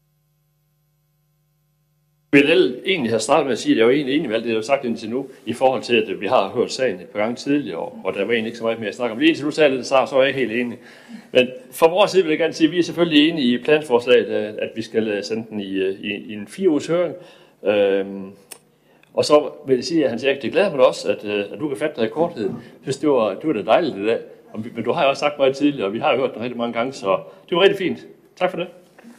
Jeg vil egentlig have startet med at sige, at jeg er egentlig enig med alt det, jeg har sagt indtil nu, i forhold til, at vi har hørt sagen et par gange tidligere, og der var egentlig ikke så meget mere at snakke om. Lige indtil du sagde det, så er jeg ikke helt enig. Men fra vores side vil jeg gerne sige, at vi er selvfølgelig enige i plansforslaget, at vi skal sende den i en 4-ugers høring. Og så vil jeg sige, at Hans Erik, det glæder mig også, at du kan fatte dig i korthed. Jeg synes, det var da dejligt i dag. Men du har jo også sagt meget tidligere, og vi har jo hørt det rigtig mange gange, så det var rigtig fint. Tak for det.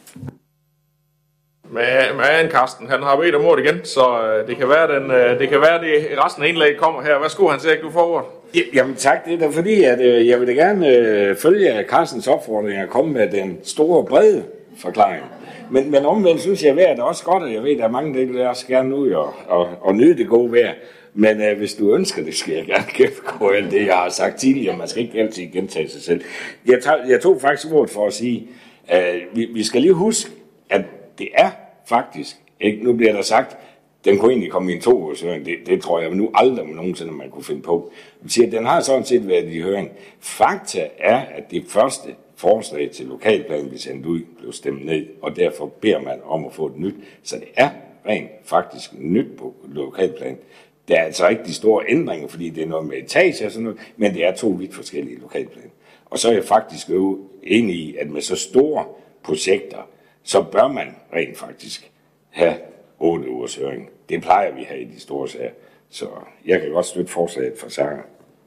Men Carsten, han har bedt om ordet igen, så det kan være, det resten af indlægget kommer her. Værsgo, Hans Erik, du får ordet. Jamen tak, det er da fordi, at jeg vil da gerne følge Carstens opfordring og komme med den store, brede forklaring. Men omvendt synes jeg, at vejret er også godt, og jeg ved, at der er mange, der vil også gerne ud og nyde det gode vejr. Men hvis du ønsker det, skal jeg gerne gennemgå alt det, jeg har sagt tidligere. Man skal ikke altid gentage sig selv. Jeg tog faktisk ordet for at sige, at vi skal lige huske, at det er faktisk, ikke? Nu bliver der sagt, den kunne egentlig komme i en 2-ugers høring. Det tror jeg nu aldrig nogensinde, man kunne finde på. Den har sådan set været i høring. Fakta er, at det første forslag til lokalplanen, vi sendte ud, blev stemt ned, og derfor beder man om at få et nyt. Så det er rent faktisk nyt på lokalplanen. Der er altså ikke de store ændringer, fordi det er noget med etage og sådan noget, men det er 2 vidt forskellige lokalplaner. Og så er jeg faktisk jo enig i, at med så store projekter, så bør man rent faktisk have 8 ugers høring. Det plejer vi her i de store sager. Så jeg kan godt støtte forslaget for sager.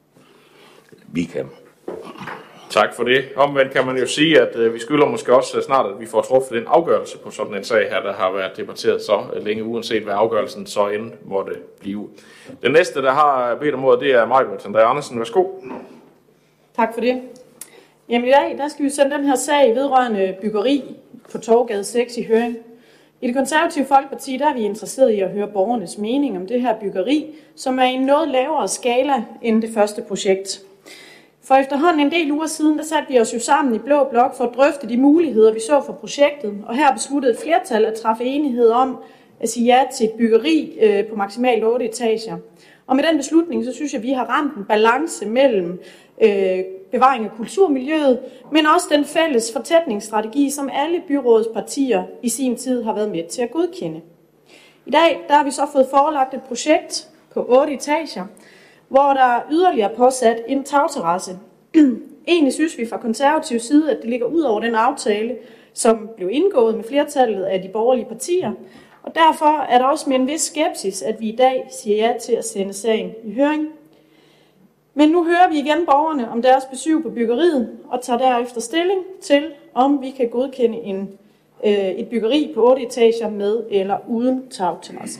Vi kan. Tak for det. Omvendt kan man jo sige, at vi skylder måske også snart, at vi får truffet en afgørelse på sådan en sag her, der har været debatteret så længe, uanset hvad afgørelsen så end måtte blive. Den næste, der har bedt om ordet, det er Majbert André Andersen. Værsgo. Tak for det. Jamen i dag, der skal vi sende den her sag vedrørende byggeri på Torvgade 6 i høring. I det konservative Folkeparti, der er vi interesseret i at høre borgernes mening om det her byggeri, som er i en noget lavere skala end det første projekt. For efterhånden en del uger siden, der satte vi os jo sammen i Blå Blok for at drøfte de muligheder, vi så for projektet, og her besluttede et flertal at træffe enighed om at sige ja til et byggeri på maksimalt 8 etager. Og med den beslutning, så synes jeg, at vi har ramt en balance mellem bevaring af kulturmiljøet, men også den fælles fortætningsstrategi, som alle byrådets partier i sin tid har været med til at godkende. I dag der har vi så fået forelagt et projekt på 8 etager, hvor der yderligere er påsat en tagterrasse. Egentlig synes vi fra konservativ side, at det ligger ud over den aftale, som blev indgået med flertallet af de borgerlige partier, og derfor er der også med en vis skepsis, at vi i dag siger ja til at sende sagen i høring. Men nu hører vi igen borgerne om deres besøg på byggeriet, og tager derefter stilling til, om vi kan godkende et byggeri på 8 etager med eller uden tagterrasse.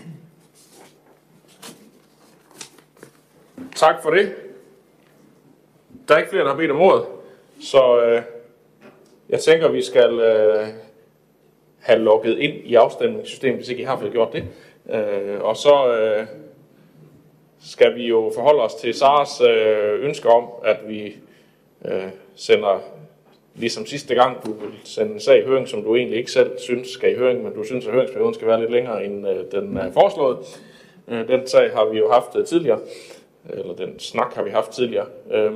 Tak for det. Der er ikke flere, der har bedt om ordet, så jeg tænker, vi skal have logget ind i afstemningssystemet, hvis ikke I har fået gjort det. Og så skal vi jo forholde os til Saras ønske om, at vi sender, ligesom sidste gang, du vil sende en sag i høring, som du egentlig ikke selv synes skal i høring, men du synes, at høringsperioden skal være lidt længere, end den er foreslået. Den sag har vi jo haft tidligere, eller den snak har vi haft tidligere,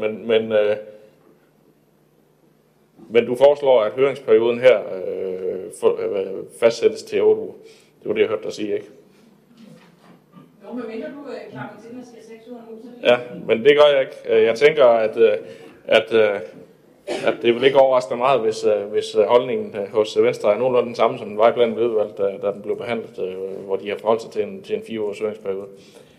men du foreslår, at høringsperioden her fastsættes til 8 uger. Det var det, jeg hørte dig sige, ikke? Jo, men mindre du er klar til, at skal 6 uger nu. Ja, men det gør jeg ikke. Jeg tænker, at det vil ikke overraske mig meget, hvis holdningen hos Venstre er nogenlunde den samme, som den var i blandt udvalg, da den blev behandlet, hvor de har forholdt sig til en 4-ugers høringsperiode.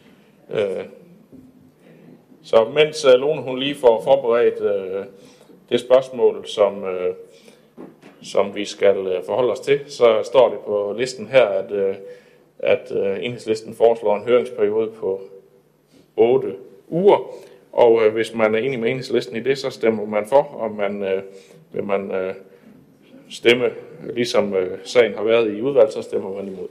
Så mens Lone hun lige får forberedt det spørgsmål, som vi skal forholde os til, så står det på listen her, at Enhedslisten foreslår en høringsperiode på 8 uger. Og hvis man er enig med Enhedslisten i det, så stemmer man for, og vil man stemme, ligesom sagen har været i udvalg, så stemmer man imod.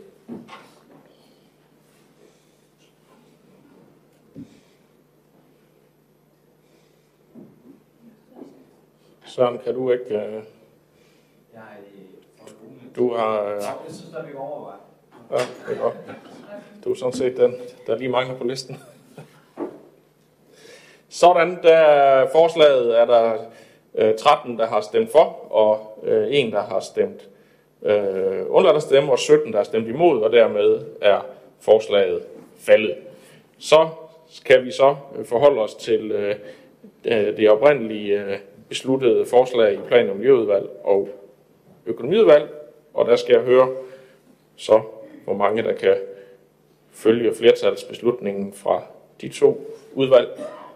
Søren, kan du ikke... Du har... Jeg synes, der vi overveje. Ja, det er godt. Du er sådan set den, der lige mangler på listen. Sådan, der forslaget er der 13, der har stemt for, og 1, der har stemt undladt at stemme, og 17, der har stemt imod, og dermed er forslaget faldet. Så skal vi så forholde os til det oprindelige besluttede forslag i Plan- og Miljøudvalg og Økonomiudvalg, og der skal jeg høre så, hvor mange der kan følge flertalsbeslutningen fra de 2 udvalg.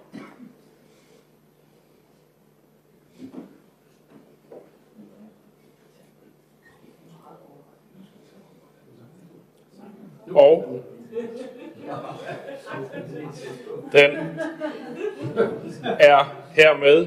Og den er hermed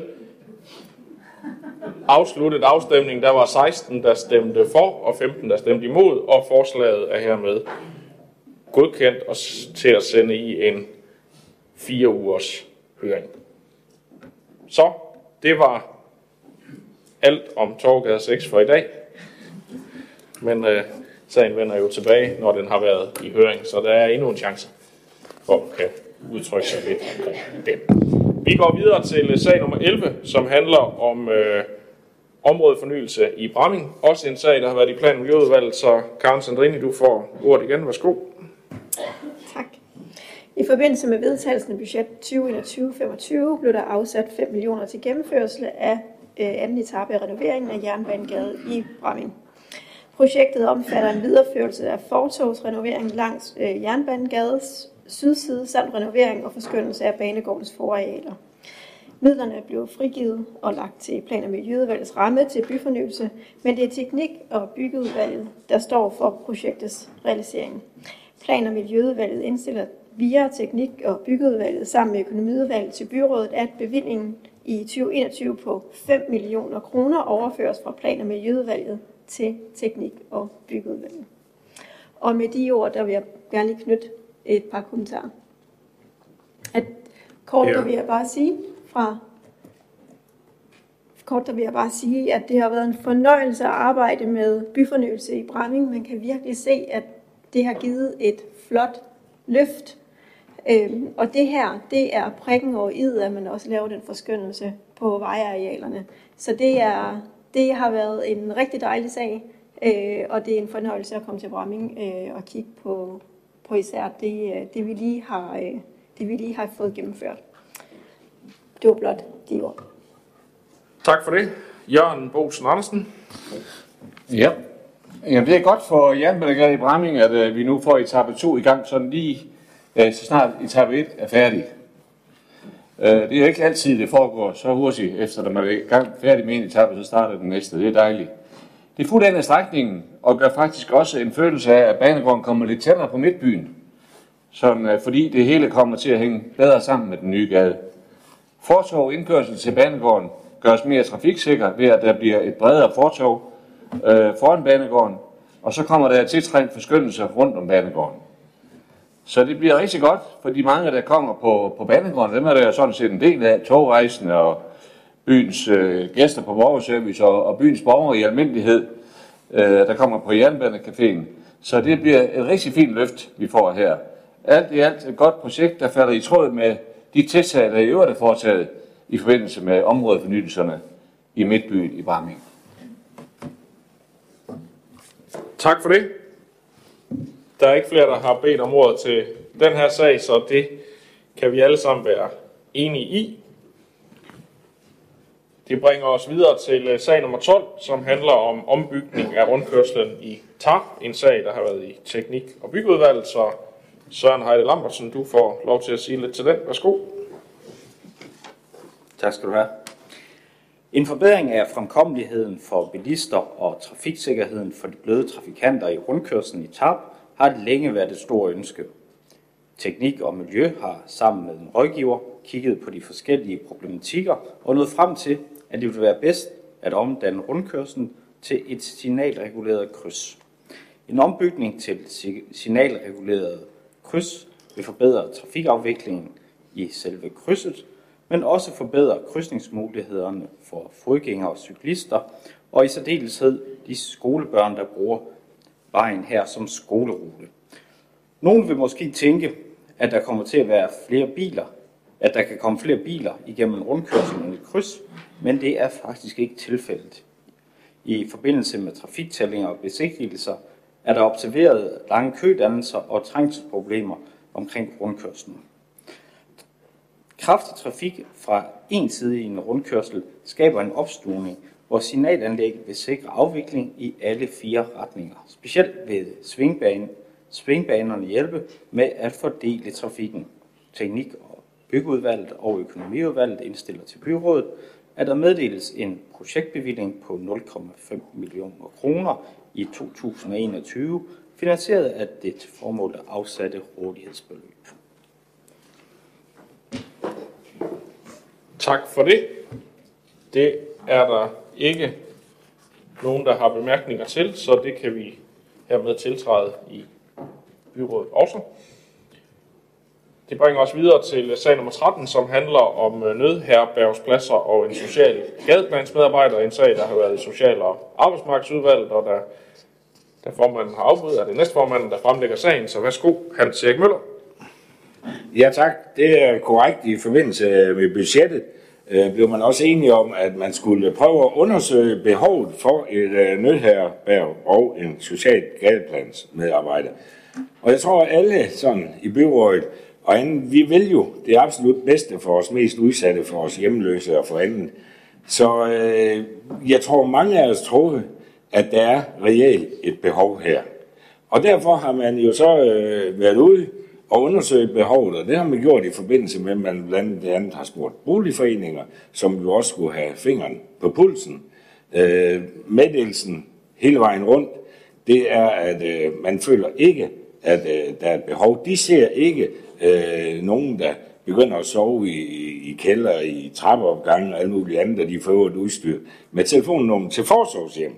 afsluttet afstemningen. Der var 16, der stemte for, og 15, der stemte imod, og forslaget er hermed godkendt og til at sende i en 4 ugers høring. Så det var alt om Torvegade 6 for i dag. Men sagen vender jo tilbage, når den har været i høring, så der er endnu en chance for at kan udtrykke sig lidt omkring den. Vi går videre til sag nummer 11, som handler om områdefornyelse i Bramming. Også en sag, der har været i Plan- og Miljøudvalget, så Karen Sandrini, du får ordet igen. Værsgo. Tak. I forbindelse med vedtagelsen af budget 2021-25 blev der afsat 5 millioner til gennemførelse af anden etape af renoveringen af Jernbanegade i Bramming. Projektet omfatter en videreførelse af fortogsrenovering langs Jernbanegades sydside samt renovering og forskønnelse af banegårdens forarealer. Midlerne blev frigivet og lagt til Plan- og Miljøudvalgets ramme til byfornyelse, men det er Teknik- og Byggeudvalget, der står for projektets realisering. Plan- og Miljøudvalget indstiller via Teknik- og Byggeudvalget sammen med Økonomiudvalget til byrådet, at bevillingen i 2021 på 5 millioner kroner overføres fra Plan- og Miljøudvalget til Teknik- og Byggeudvalget. Og med de ord, der vil jeg gerne lige knytte et par kommentarer. Kort vil jeg bare sige, at det har været en fornøjelse at arbejde med byfornyelse i Bramming. Man kan virkelig se, at det har givet et flot løft. Og det her, det er prikken over i'et, at man også laver den forskønnelse på vejarealerne. Så det har været en rigtig dejlig sag, og det er en fornøjelse at komme til Bramming og kigge på især det, vi lige har fået gennemført. Det var blot de ord. Tak for det. Jørgen Bosen Andersen. Ja. Jamen, det er godt for Jernbanegade i Bramming, at vi nu får etape 2 i gang, sådan lige så snart etape 1 er færdig. Det er ikke altid, det foregår så hurtigt, efter at man er i gang færdig med en etape, så starter den næste. Det er dejligt. Det er fuldt af strækningen, og gør faktisk også en følelse af, at banegården kommer lidt tættere på midtbyen, sådan, fordi det hele kommer til at hænge bedre sammen med den nye gade. Fortov indkørsel til banegården gøres mere trafiksikker ved, at der bliver et bredere fortov foran banegården, og så kommer der tiltrængt forskønnelse rundt om banegården. Så det bliver rigtig godt for de mange, der kommer på banegården. Dem er der sådan set en del af, togrejsende og byens gæster på borgerservice og byens borgere i almindelighed, der kommer på Jernbanecaféen. Så det bliver et rigtig fint løft, vi får her. Alt i alt et godt projekt, der falder i tråd med de tiltag, der i øvrigt er foretaget i forbindelse med områdefornyelserne i midtbyen i Bramming. Tak for det. Der er ikke flere, der har bedt om ordet til den her sag, så det kan vi alle sammen være enige i. Det bringer os videre til sag nummer 12, som handler om ombygning af rundkørslen i Tarp. En sag, der har været i Teknik- og Byggeudvalget, så Søren Heide Lambertsen, du får lov til at sige lidt til den. Værsgo. Tak skal du have. En forbedring af fremkommeligheden for bilister og trafiksikkerheden for de bløde trafikanter i rundkørslen i Tarp har længe været et stort ønske. Teknik og Miljø har sammen med en rådgiver kigget på de forskellige problematikker og nået frem til, at det ville være bedst at omdanne rundkørslen til et signalreguleret kryds. En ombygning til signalreguleret kryds vil forbedre trafikafviklingen i selve krydset, men også forbedre krydsningsmulighederne for fodgængere og cyklister, og i særdeleshed de skolebørn, der bruger vejen her som skolerute. Nogle vil måske tænke, at der kommer til at være flere biler, at der kan komme flere biler igennem en rundkørsel end et kryds, men det er faktisk ikke tilfældet. I forbindelse med trafiktællinger og besigtigelser er der observeret lange kødannelser og trængselsproblemer omkring rundkørslen. Kraftig trafik fra en side i en rundkørsel skaber en opstuvning, hvor signalanlægget vil sikre afvikling i alle 4 retninger. Specielt vil svingbanerne hjælpe med at fordele trafikken. Teknik- og byggeudvalget og økonomiudvalget indstiller til byrådet, at der meddeles en projektbevilling på 0,5 millioner kroner i 2021, finansieret af det til formål afsatte rådighedsbeløb. Tak for det. Det er der ikke nogen, der har bemærkninger til, så det kan vi hermed tiltræde i byrådet også. Det bringer os videre til sag nummer 13, som handler om nødherbergspladser og en social gadeplansmedarbejder. En sag, der har været i Social- og Arbejdsmarkedsudvalget, og da formanden har afbrudt, er det næstformanden, der fremlægger sagen. Så værsgo, Hans Erik Møller. Ja tak, det er korrekt. I forbindelse med budgettet blev man også enige om, at man skulle prøve at undersøge behovet for et nødherberg og en social gadeplansmedarbejder. Og jeg tror, at alle sådan i byrådet og anden, vi vil jo det absolut bedste for os mest udsatte, for os hjemløse og for anden. Så jeg tror, mange af os tror, at der er reelt et behov her. Og derfor har man jo så været ude og undersøgt behovet, og det har man gjort i forbindelse med, at man blandt andet har spurgt boligforeninger, som jo også skulle have fingeren på pulsen. Meddelelsen hele vejen rundt, det er, at man føler ikke, at der er et behov. De ser ikke nogen, der begynder at sove i kælder, i trappeopgange og alt muligt andet, og de får et udstyr med telefonnummer til forsorgshjemmet.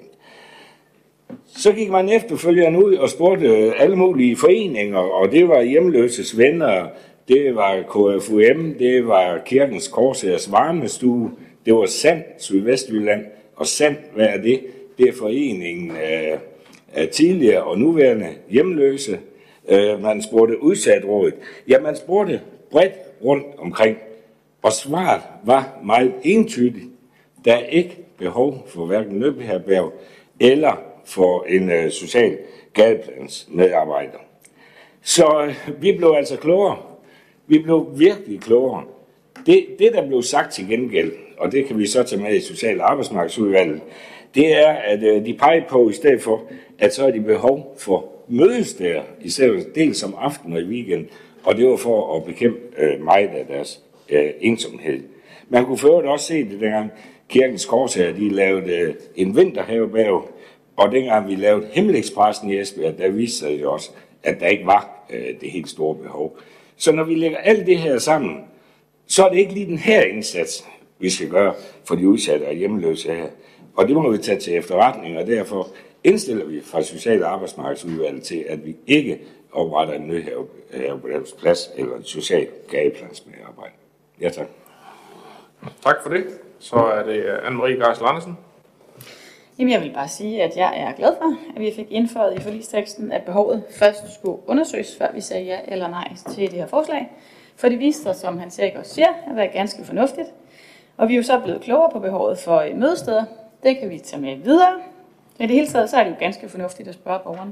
Så gik man efterfølgende ud og spurgte alle mulige foreninger, og det var Hjemløses Venner, det var KFUM, det var Kirkens Korshærs Varmestue, det var SAND, Sydvestjylland, og SAND, hvad er det? Det er foreningen af tidligere og nuværende hjemløse. Man spurgte udsatrådet. Ja, man spurgte bredt rundt omkring, og svaret var meget entydigt. Der er ikke behov for hverken nødherberg eller for en social gadeplansmedarbejder. Så vi blev altså klogere. Vi blev virkelig klogere. Det, der blev sagt til gengæld, og det kan vi så tage med i Social- og Arbejdsmarkedsudvalget, det er, at de peger på i stedet for, at så er de behov for mødesteder, især dels om aftenen og i weekend, og det var for at bekæmpe meget af deres ensomhed. Man kunne for øvrigt også se det, dengang Kirkens Korshær, de lavede en vinterhavebærg, og dengang vi lavede Himmelexpressen i Esbjerg, der viste sig jo også, at der ikke var det helt store behov. Så når vi lægger alt det her sammen, så er det ikke lige den her indsats, vi skal gøre for de udsatte og hjemløse her. Og det må vi tage til efterretning, og derfor indstiller vi fra Social- og Arbejdsmarkedsudvalget til, at vi ikke opretter en nødherbergsplads eller en social gadeplansmedarbejder. Ja, tak. Tak for det. Så er det Anne-Marie Geisel Andersen. Jamen, jeg vil bare sige, at jeg er glad for, at vi fik indført i forligsteksten, at behovet først skulle undersøges, før vi sagde ja eller nej til det her forslag. For det viste sig, som Hans Erik også siger, at være ganske fornuftigt. Og vi er jo så blevet klogere på behovet for mødesteder. Det kan vi tage med videre. I det hele taget, så er det jo ganske fornuftigt at spørge borgerne.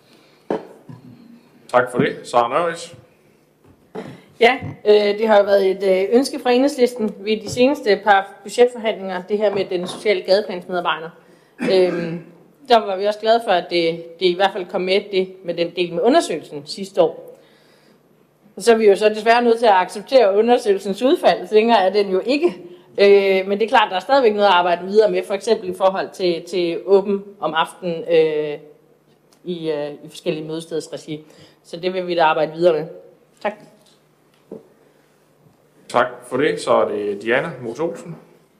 Tak for det. Sara Nørris. Ja, det har jo været et ønske fra Enhedslisten ved de seneste par budgetforhandlinger, det her med den sociale gadeplansmedarbejder. Der var vi også glade for, at det i hvert fald kom med den del med undersøgelsen sidste år. Og så er vi jo så desværre nødt til at acceptere undersøgelsens udfald, så længere er den jo ikke. Men det er klart, at der er stadigvæk noget at arbejde videre med, for eksempel i forhold til åben om aftenen i forskellige mødestedsregi. Så det vil vi da arbejde videre med. Tak. Tak for det. Så er det Diana Mose Olsen.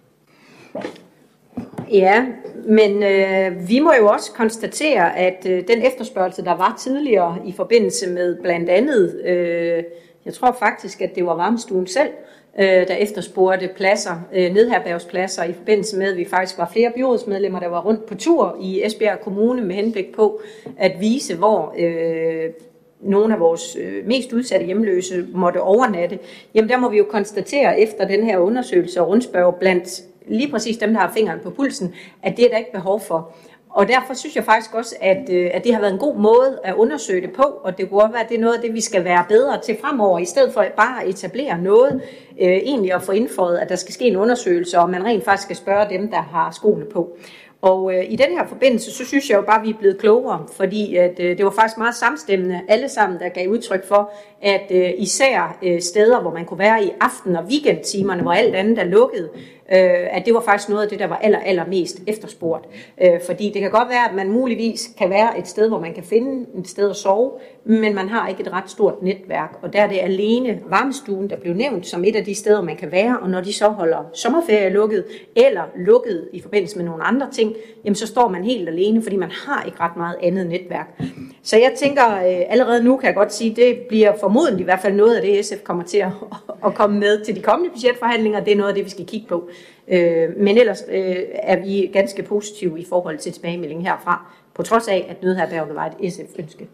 Ja, men vi må jo også konstatere, at den efterspørgsel, der var tidligere i forbindelse med blandt andet, jeg tror faktisk, at det var varmestuen selv, der efterspurgte pladser, nedherbergspladser, i forbindelse med, at vi faktisk var flere byrådsmedlemmer, der var rundt på tur i Esbjerg Kommune med henblik på at vise, hvor nogle af vores mest udsatte hjemløse måtte overnatte. Jamen der må vi jo konstatere efter den her undersøgelse og rundspørg blandt lige præcis dem, der har fingeren på pulsen, at det er der ikke behov for. Og derfor synes jeg faktisk også, at det har været en god måde at undersøge det på, og det kunne også være, at det er noget af det, vi skal være bedre til fremover, i stedet for bare at etablere noget, egentlig at få indføjet, at der skal ske en undersøgelse, og man rent faktisk skal spørge dem, der har skoene på. Og i den her forbindelse, så synes jeg jo bare, at vi er blevet klogere, fordi at, det var faktisk meget samstemmende, alle sammen, der gav udtryk for, at især steder, hvor man kunne være i aften- og weekendtimerne, hvor alt andet er lukket, at det var faktisk noget af det, der var allermest efterspurgt. Fordi det kan godt være, at man muligvis kan være et sted, hvor man kan finde et sted at sove, men man har ikke et ret stort netværk. Og der er det alene varmestuen, der blev nævnt som et af de steder, man kan være, og når de så holder sommerferie lukket, eller lukket i forbindelse med nogle andre ting, jamen så står man helt alene, fordi man har ikke ret meget andet netværk. Så jeg tænker, allerede nu kan jeg godt sige, det bliver formodentlig i hvert fald noget af det, SF kommer til at komme med til de kommende budgetforhandlinger. Det er noget af det, vi skal kigge på. Men ellers er vi ganske positive i forhold til tilbagemeldingen herfra, på trods af, at nødherbergene var et SF-ønske.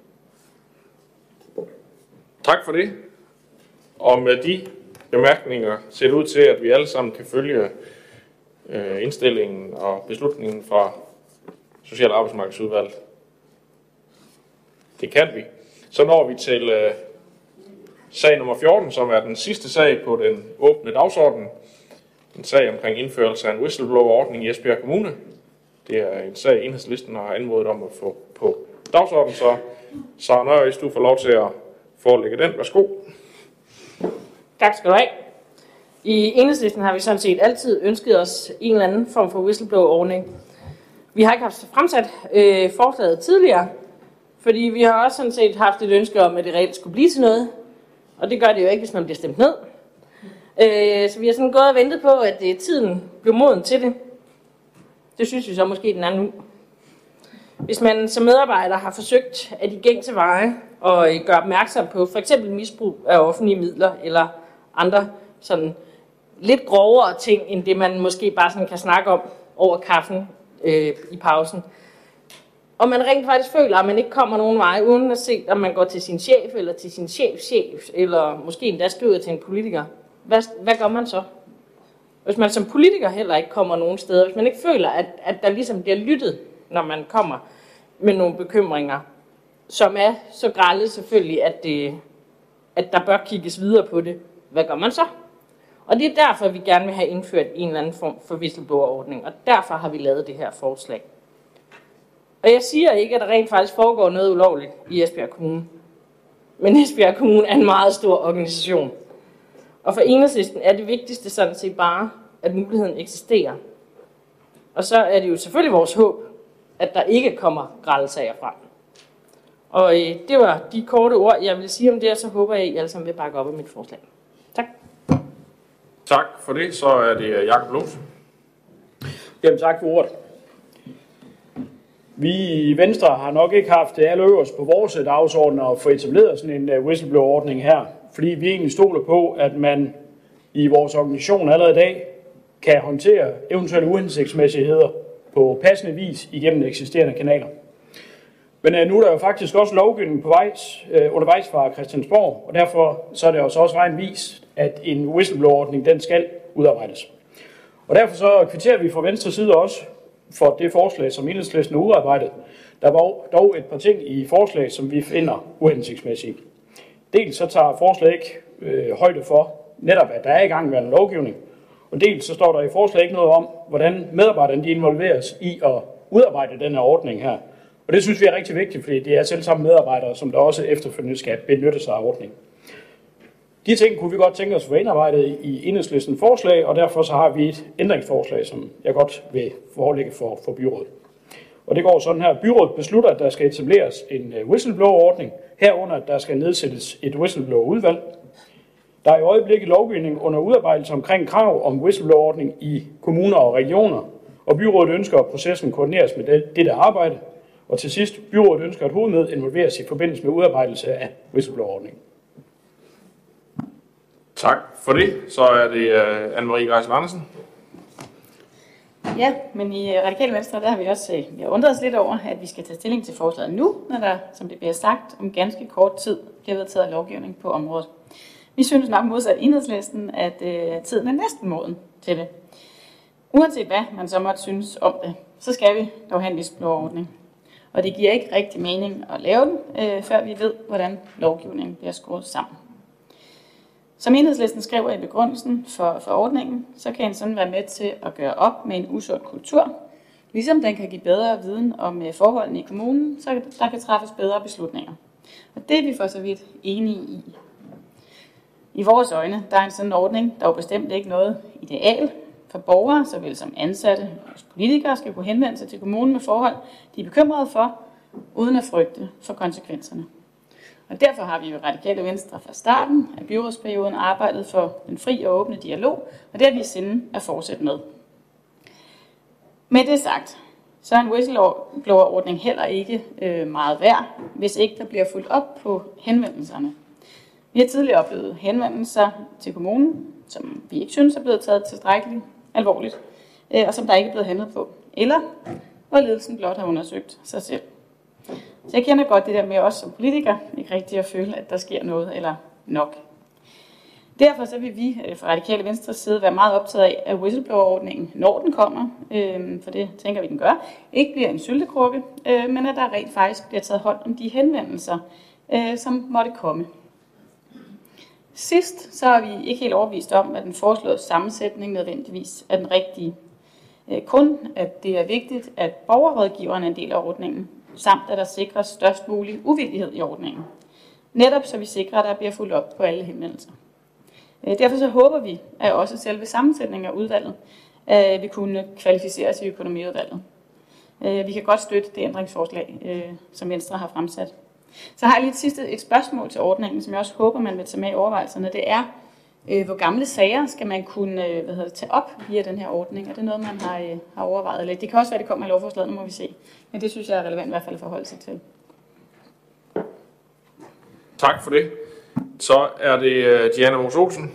Tak for det. Og med de bemærkninger ser det ud til, at vi alle sammen kan følge indstillingen og beslutningen fra Social- og Arbejdsmarkedsudvalget. Det kan vi. Så når vi til sag nummer 14, som er den sidste sag på den åbne dagsorden. En sag omkring indførelse af en whistleblower-ordning i Esbjerg Kommune. Det er en sag, Enhedslisten har anmodet om at få på dagsordenen, så Sara Nørris, du får lov til at forelægge den. Værsgo. Tak skal du have. I Enhedslisten har vi sådan set altid ønsket os en eller anden form for whistleblower-ordning. Vi har ikke haft fremsat forslaget tidligere, fordi vi har også sådan set haft et ønske om, at det reelt skulle blive til noget. Og det gør det jo ikke, hvis man bliver stemt ned. Så vi har sådan gået og ventet på, at tiden blev moden til det. Det synes vi så måske den er nu. Hvis man som medarbejder har forsøgt at de gængse veje og gøre opmærksom på for eksempel misbrug af offentlige midler eller andre sådan lidt grovere ting, end det man måske bare sådan kan snakke om over kaffen i pausen. Og man rent faktisk føler, at man ikke kommer nogen vej, uden at se, om man går til sin chef eller til sin chefschef, eller måske endda skriver til en politiker. Hvad gør man så? Hvis man som politiker heller ikke kommer nogen steder, hvis man ikke føler, at der ligesom bliver lyttet, når man kommer med nogle bekymringer, som er så grelle selvfølgelig, at der bør kigges videre på det. Hvad gør man så? Og det er derfor, vi gerne vil have indført en eller anden form for whistleblower-ordning, og derfor har vi lavet det her forslag. Og jeg siger ikke, at der rent faktisk foregår noget ulovligt i Esbjerg Kommune. Men Esbjerg Kommune er en meget stor organisation. Og for Enhedslisten er det vigtigste sådan set bare, at muligheden eksisterer. Og så er det jo selvfølgelig vores håb, at der ikke kommer grælsager frem. Og det var de korte ord, jeg vil sige om det, og så håber jeg, at I alle sammen vil bakke op af mit forslag. Tak. Tak for det. Så er det Jakob Lose. Jamen tak for ordet. Vi i Venstre har nok ikke haft det allerøverst på vores dagsorden at få etableret sådan en whistleblower-ordning her, fordi vi egentlig stoler på, at man i vores organisation allerede i dag kan håndtere eventuelle uhensigtsmæssigheder på passende vis igennem eksisterende kanaler. Men nu er der jo faktisk også lovgivning på undervejs fra Christiansborg, og derfor så er det også egen vis, at en whistleblower-ordning den skal udarbejdes. Og derfor så kvitterer vi fra Venstre side også for det forslag, som Enhedslisten har udarbejdet. Der var dog et par ting i forslag, som vi finder uhensigtsmæssige. Dels så tager forslaget ikke højde for netop, at der er i gang med en lovgivning, og dels så står der i forslaget ikke noget om, hvordan medarbejderne de involveres i at udarbejde den her ordning her. Og det synes vi er rigtig vigtigt, fordi det er selv samme medarbejdere, som der også efterfølgende skal benytte sig af ordningen. De ting kunne vi godt tænke os at få indarbejdet i Enhedslistens forslag, og derfor så har vi et ændringsforslag, som jeg godt vil forelægge for byrådet. Og det går sådan her. Byrådet beslutter, at der skal etableres en whistleblower-ordning, herunder at der skal nedsættes et whistleblower-udvalg. Der er i øjeblikket lovgivning under udarbejdelse omkring krav om whistleblower-ordning i kommuner og regioner, og byrådet ønsker, at processen koordineres med dette arbejde. Og til sidst, byrådet ønsker, at hovedmødet involveres i forbindelse med udarbejdelse af whistleblower-ordningen. Tak for det. Så er det Anne-Marie Geisel Andersen. Ja, men i Radikale Venstre, der har vi også vi har undret os lidt over, at vi skal tage stilling til forslaget nu, når der, som det bliver sagt, om ganske kort tid bliver vedtaget lovgivning på området. Vi synes nok modsat Enhedslisten, at tiden er næsten moden til det. Uanset hvad man så måtte synes om det, så skal vi dog have en whistleblower-ordning. Og det giver ikke rigtig mening at lave den, før vi ved, hvordan lovgivningen bliver skruet sammen. Som Enhedslisten skriver i begrundelsen for ordningen, så kan en sådan være med til at gøre op med en usund kultur, ligesom den kan give bedre viden om forholdene i kommunen, så der kan træffes bedre beslutninger. Og det er vi for så vidt enige i. I vores øjne, der er en sådan ordning, der er jo bestemt ikke noget ideal for borgere, såvel som ansatte og politikere skal kunne henvende sig til kommunen med forhold, de er bekymrede for, uden at frygte for konsekvenserne. Og derfor har vi jo Radikale Venstre fra starten af byrådsperioden arbejdet for den fri og åbne dialog, og det har vi i sinde at fortsætte med. Med det sagt, så er en whistleblower-ordning heller ikke meget værd, hvis ikke der bliver fulgt op på henvendelserne. Vi har tidligere oplevet henvendelser til kommunen, som vi ikke synes er blevet taget tilstrækkeligt alvorligt, og som der ikke er blevet handlet på, eller hvor ledelsen blot har undersøgt sig selv. Så jeg kender godt det der med os som politikere, ikke rigtig at føle, at der sker noget eller nok. Derfor så vil vi fra Radikale Venstres side være meget optaget af, at whistleblower-ordningen, når den kommer, for det tænker vi, den gør, ikke bliver en syltekrukke, men at der rent faktisk bliver taget hånd om de henvendelser, som måtte komme. Sidst så er vi ikke helt overbevist om, at den foreslåede sammensætning nødvendigvis er den rigtige. Kun at det er vigtigt, at borgerrådgiverne er en del af ordningen, samt at der sikres størst mulig uvildighed i ordningen. Netop så vi sikrer, at der bliver fulgt op på alle henvendelser. Derfor så håber vi, at også selve sammensætningen af udvalget vil kunne kvalificeres i økonomiudvalget. Vi kan godt støtte det ændringsforslag, som Venstre har fremsat. Så har jeg lige et spørgsmål til ordningen, som jeg også håber, man vil tage med i overvejelserne. Det er, hvor gamle sager skal man kunne tage op via den her ordning? Er det noget, man har overvejet lidt? Det kan også være, det kommer i lovforslaget, nu må vi se. Men det synes jeg er relevant i hvert fald at forholde sig til. Tak for det. Så er det Diana Mos Olsen.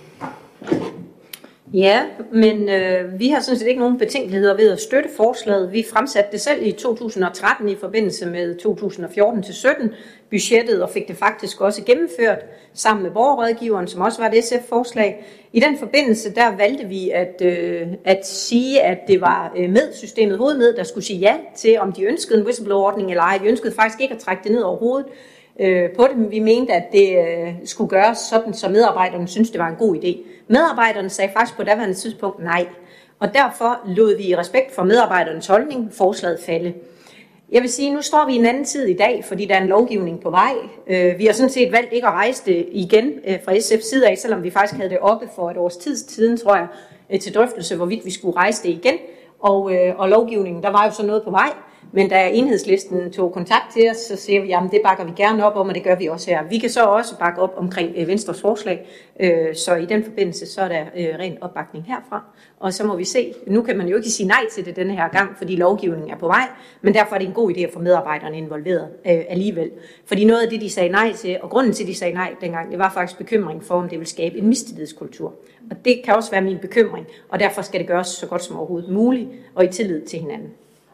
Ja, men vi har sådan set ikke nogen betænkeligheder ved at støtte forslaget. Vi fremsatte det selv i 2013 i forbindelse med 2014-17 budgettet og fik det faktisk også gennemført sammen med borgerrådgiveren, som også var et SF-forslag. I den forbindelse der valgte vi at sige, at det var med-systemet, hovedmed, der skulle sige ja til, om de ønskede en whistleblower-ordning eller ej. Vi ønskede faktisk ikke at trække det ned over hovedet på det, men vi mente, at det skulle gøres sådan, så medarbejderne syntes, det var en god idé. Medarbejderne sagde faktisk på daværende tidspunkt nej, og derfor lod vi i respekt for medarbejdernes holdning forslaget falde. Jeg vil sige, nu står vi i en anden tid i dag, fordi der er en lovgivning på vej. Vi har sådan set valgt ikke at rejse det igen fra SF's side af, selvom vi faktisk havde det oppe for et års tid siden, tror jeg, til drøftelse, hvorvidt vi skulle rejse det igen. Og lovgivningen, der var jo så noget på vej. Men da Enhedslisten tog kontakt til os, så siger vi, jamen det bakker vi gerne op om, og det gør vi også her. Vi kan så også bakke op omkring Venstres forslag, så i den forbindelse, så er der ren opbakning herfra. Og så må vi se, nu kan man jo ikke sige nej til det denne her gang, fordi lovgivningen er på vej, men derfor er det en god idé at få medarbejderne involveret alligevel. Fordi noget af det, de sagde nej til, og grunden til, at de sagde nej dengang, det var faktisk bekymring for, om det vil skabe en mistillidskultur. Og det kan også være min bekymring, og derfor skal det gøres så godt som overhovedet muligt, og i tillid til hinanden.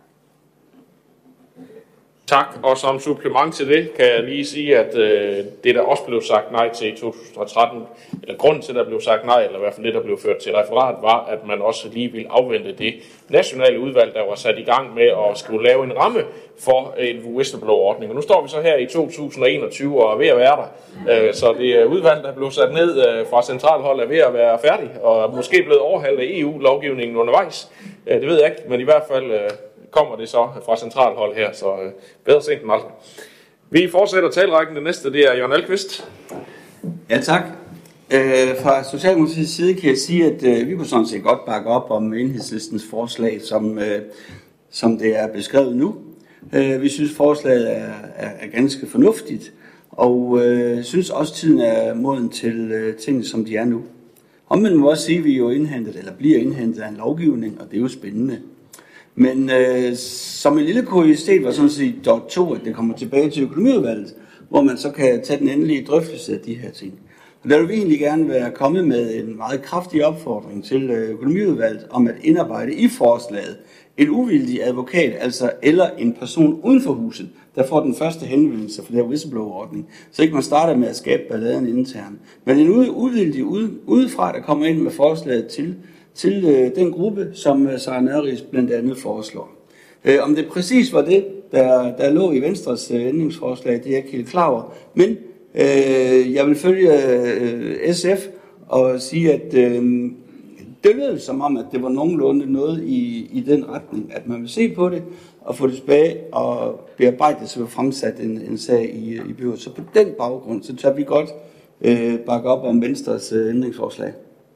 Tak, og som supplement til det kan jeg lige sige, at det der også blev sagt nej til i 2013, eller grunden til, at der blev sagt nej, eller i hvert fald det, der blev ført til referat, var, at man også lige ville afvente det nationale udvalg, der var sat i gang med at skulle lave en ramme for en whistleblower-ordning. Og nu står vi så her i 2021 og er ved at være der. Så det udvalg, der blev sat ned fra centralhold, er ved at være færdig, og måske blevet overhalet af EU-lovgivningen undervejs. Det ved jeg ikke, men i hvert fald kommer det så fra centralhold her, så bedre sent end aldrig. Vi fortsætter talrækken. Det næste, det er Jørgen Alkvist. Ja, tak. Fra Socialdemokratiets side kan jeg sige, at vi kunne sådan set godt bakke op om Enhedslistens forslag, som det er beskrevet nu. Vi synes, forslaget er ganske fornuftigt, og synes også, tiden er moden til tingene, som de er nu. Omvendt må også sige, at vi jo bliver indhentet af en lovgivning, og det er jo spændende. Men som en lille kuriositet var sådan set .2, at det kommer tilbage til økonomiudvalget, hvor man så kan tage den endelige drøftelse af de her ting. Der vil vi egentlig gerne være kommet med en meget kraftig opfordring til økonomiudvalget om at indarbejde i forslaget en uvildig advokat, altså eller en person uden for huset, der får den første henvendelse for den her whistleblower-ordning. Så ikke man starter med at skabe balladen internt. Men en uvildig udefra, der kommer ind med forslaget til den gruppe, som Sara Nørris blandt andet foreslår. Om det præcis var det, der lå i Venstres ændringsforslag, det er jeg ikke helt klar over. Men jeg vil følge SF og sige, at det lød som om, at det var nogenlunde noget i den retning, at man vil se på det og få det tilbage og bearbejde det, så vi fremsat en sag i byrådet. Så på den baggrund, så tager vi godt bakke op om Venstres ændringsforslag.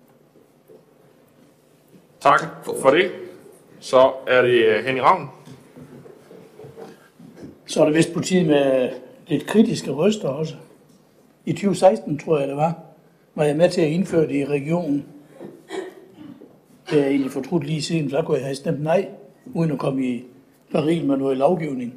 Tak for det. Så er det Henning Ravn. Så er det vist på tide med lidt kritiske røster også. I 2016, tror jeg det var jeg med til at indføre det i regionen. Det er egentlig fortrudt lige siden, så kunne jeg have stemt nej, uden at komme i paril med noget lovgivning.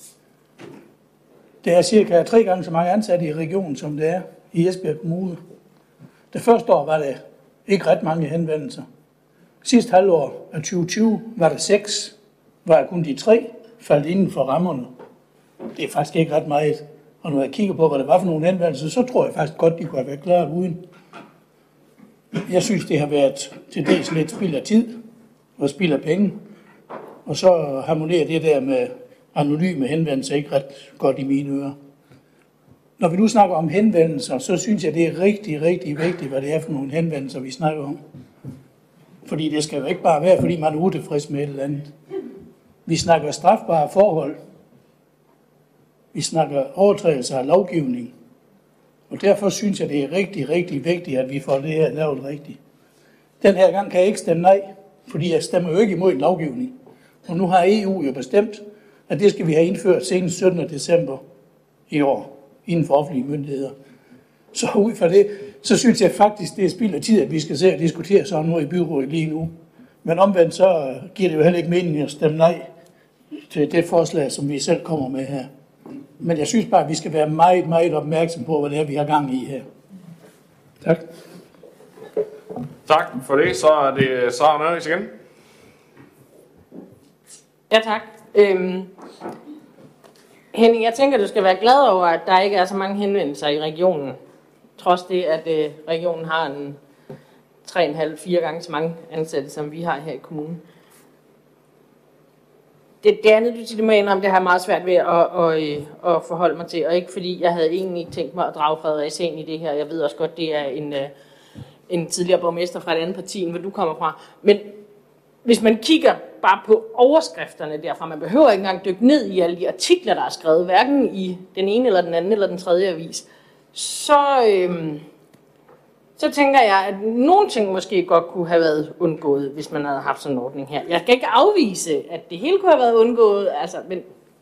Det er cirka 3 gange så mange ansatte i regionen, som det er i Esbjerg Kommune. Det første år var det ikke ret mange henvendelser. Sidste halvår af 2020 var der 6, var kun de 3 faldt inden for rammerne. Det er faktisk ikke ret meget. Og når jeg kigger på, hvad det var for nogle henvendelser, så tror jeg faktisk godt, de kunne have været klaret uden. Jeg synes, det har været til dels lidt spild af tid og spild af penge. Og så harmonerer det der med anonyme henvendelser ikke ret godt i mine ører. Når vi nu snakker om henvendelser, så synes jeg, det er rigtig, rigtig vigtigt, hvad det er for nogle henvendelser, vi snakker om. Fordi det skal jo ikke bare være, fordi man er utilfreds med et eller andet. Vi snakker strafbare forhold. Vi snakker overtrædelser af lovgivning. Og derfor synes jeg, det er rigtig, rigtig vigtigt, at vi får det her lavet rigtigt. Den her gang kan jeg ikke stemme nej, fordi jeg stemmer jo ikke imod en lovgivning. Og nu har EU jo bestemt, at det skal vi have indført senest 17. december i år, inden for offentlige myndigheder. Så ud fra det, så synes jeg faktisk, det er spild af tid, at vi skal se og diskutere sådan noget i byrådet lige nu. Men omvendt, så giver det jo heller ikke mening at stemme nej til det forslag, som vi selv kommer med her. Men jeg synes bare, at vi skal være meget, meget opmærksom på, hvad det er, vi har gang i her. Tak. Tak for det. Så er det Sara Nørris igen. Ja, tak. Henning, jeg tænker, du skal være glad over, at der ikke er så mange henvendelser i regionen. Trods det, at regionen har en 3,5-4 gange så mange ansatte, som vi har her i kommunen. Det andet, du siger, det må jeg indrømme, det har jeg meget svært ved at forholde mig til. Og ikke fordi jeg havde egentlig tænkt mig at drage Fredericia ind i det her. Jeg ved også godt, det er en tidligere borgmester fra et andet parti, end hvor du kommer fra. Men hvis man kigger bare på overskrifterne derfra, man behøver ikke engang dykke ned i alle de artikler, der er skrevet, hverken i den ene eller den anden eller den tredje avis, så tænker jeg, at nogle ting måske godt kunne have været undgået, hvis man havde haft sådan en ordning her. Jeg skal ikke afvise, at det hele kunne have været undgået, men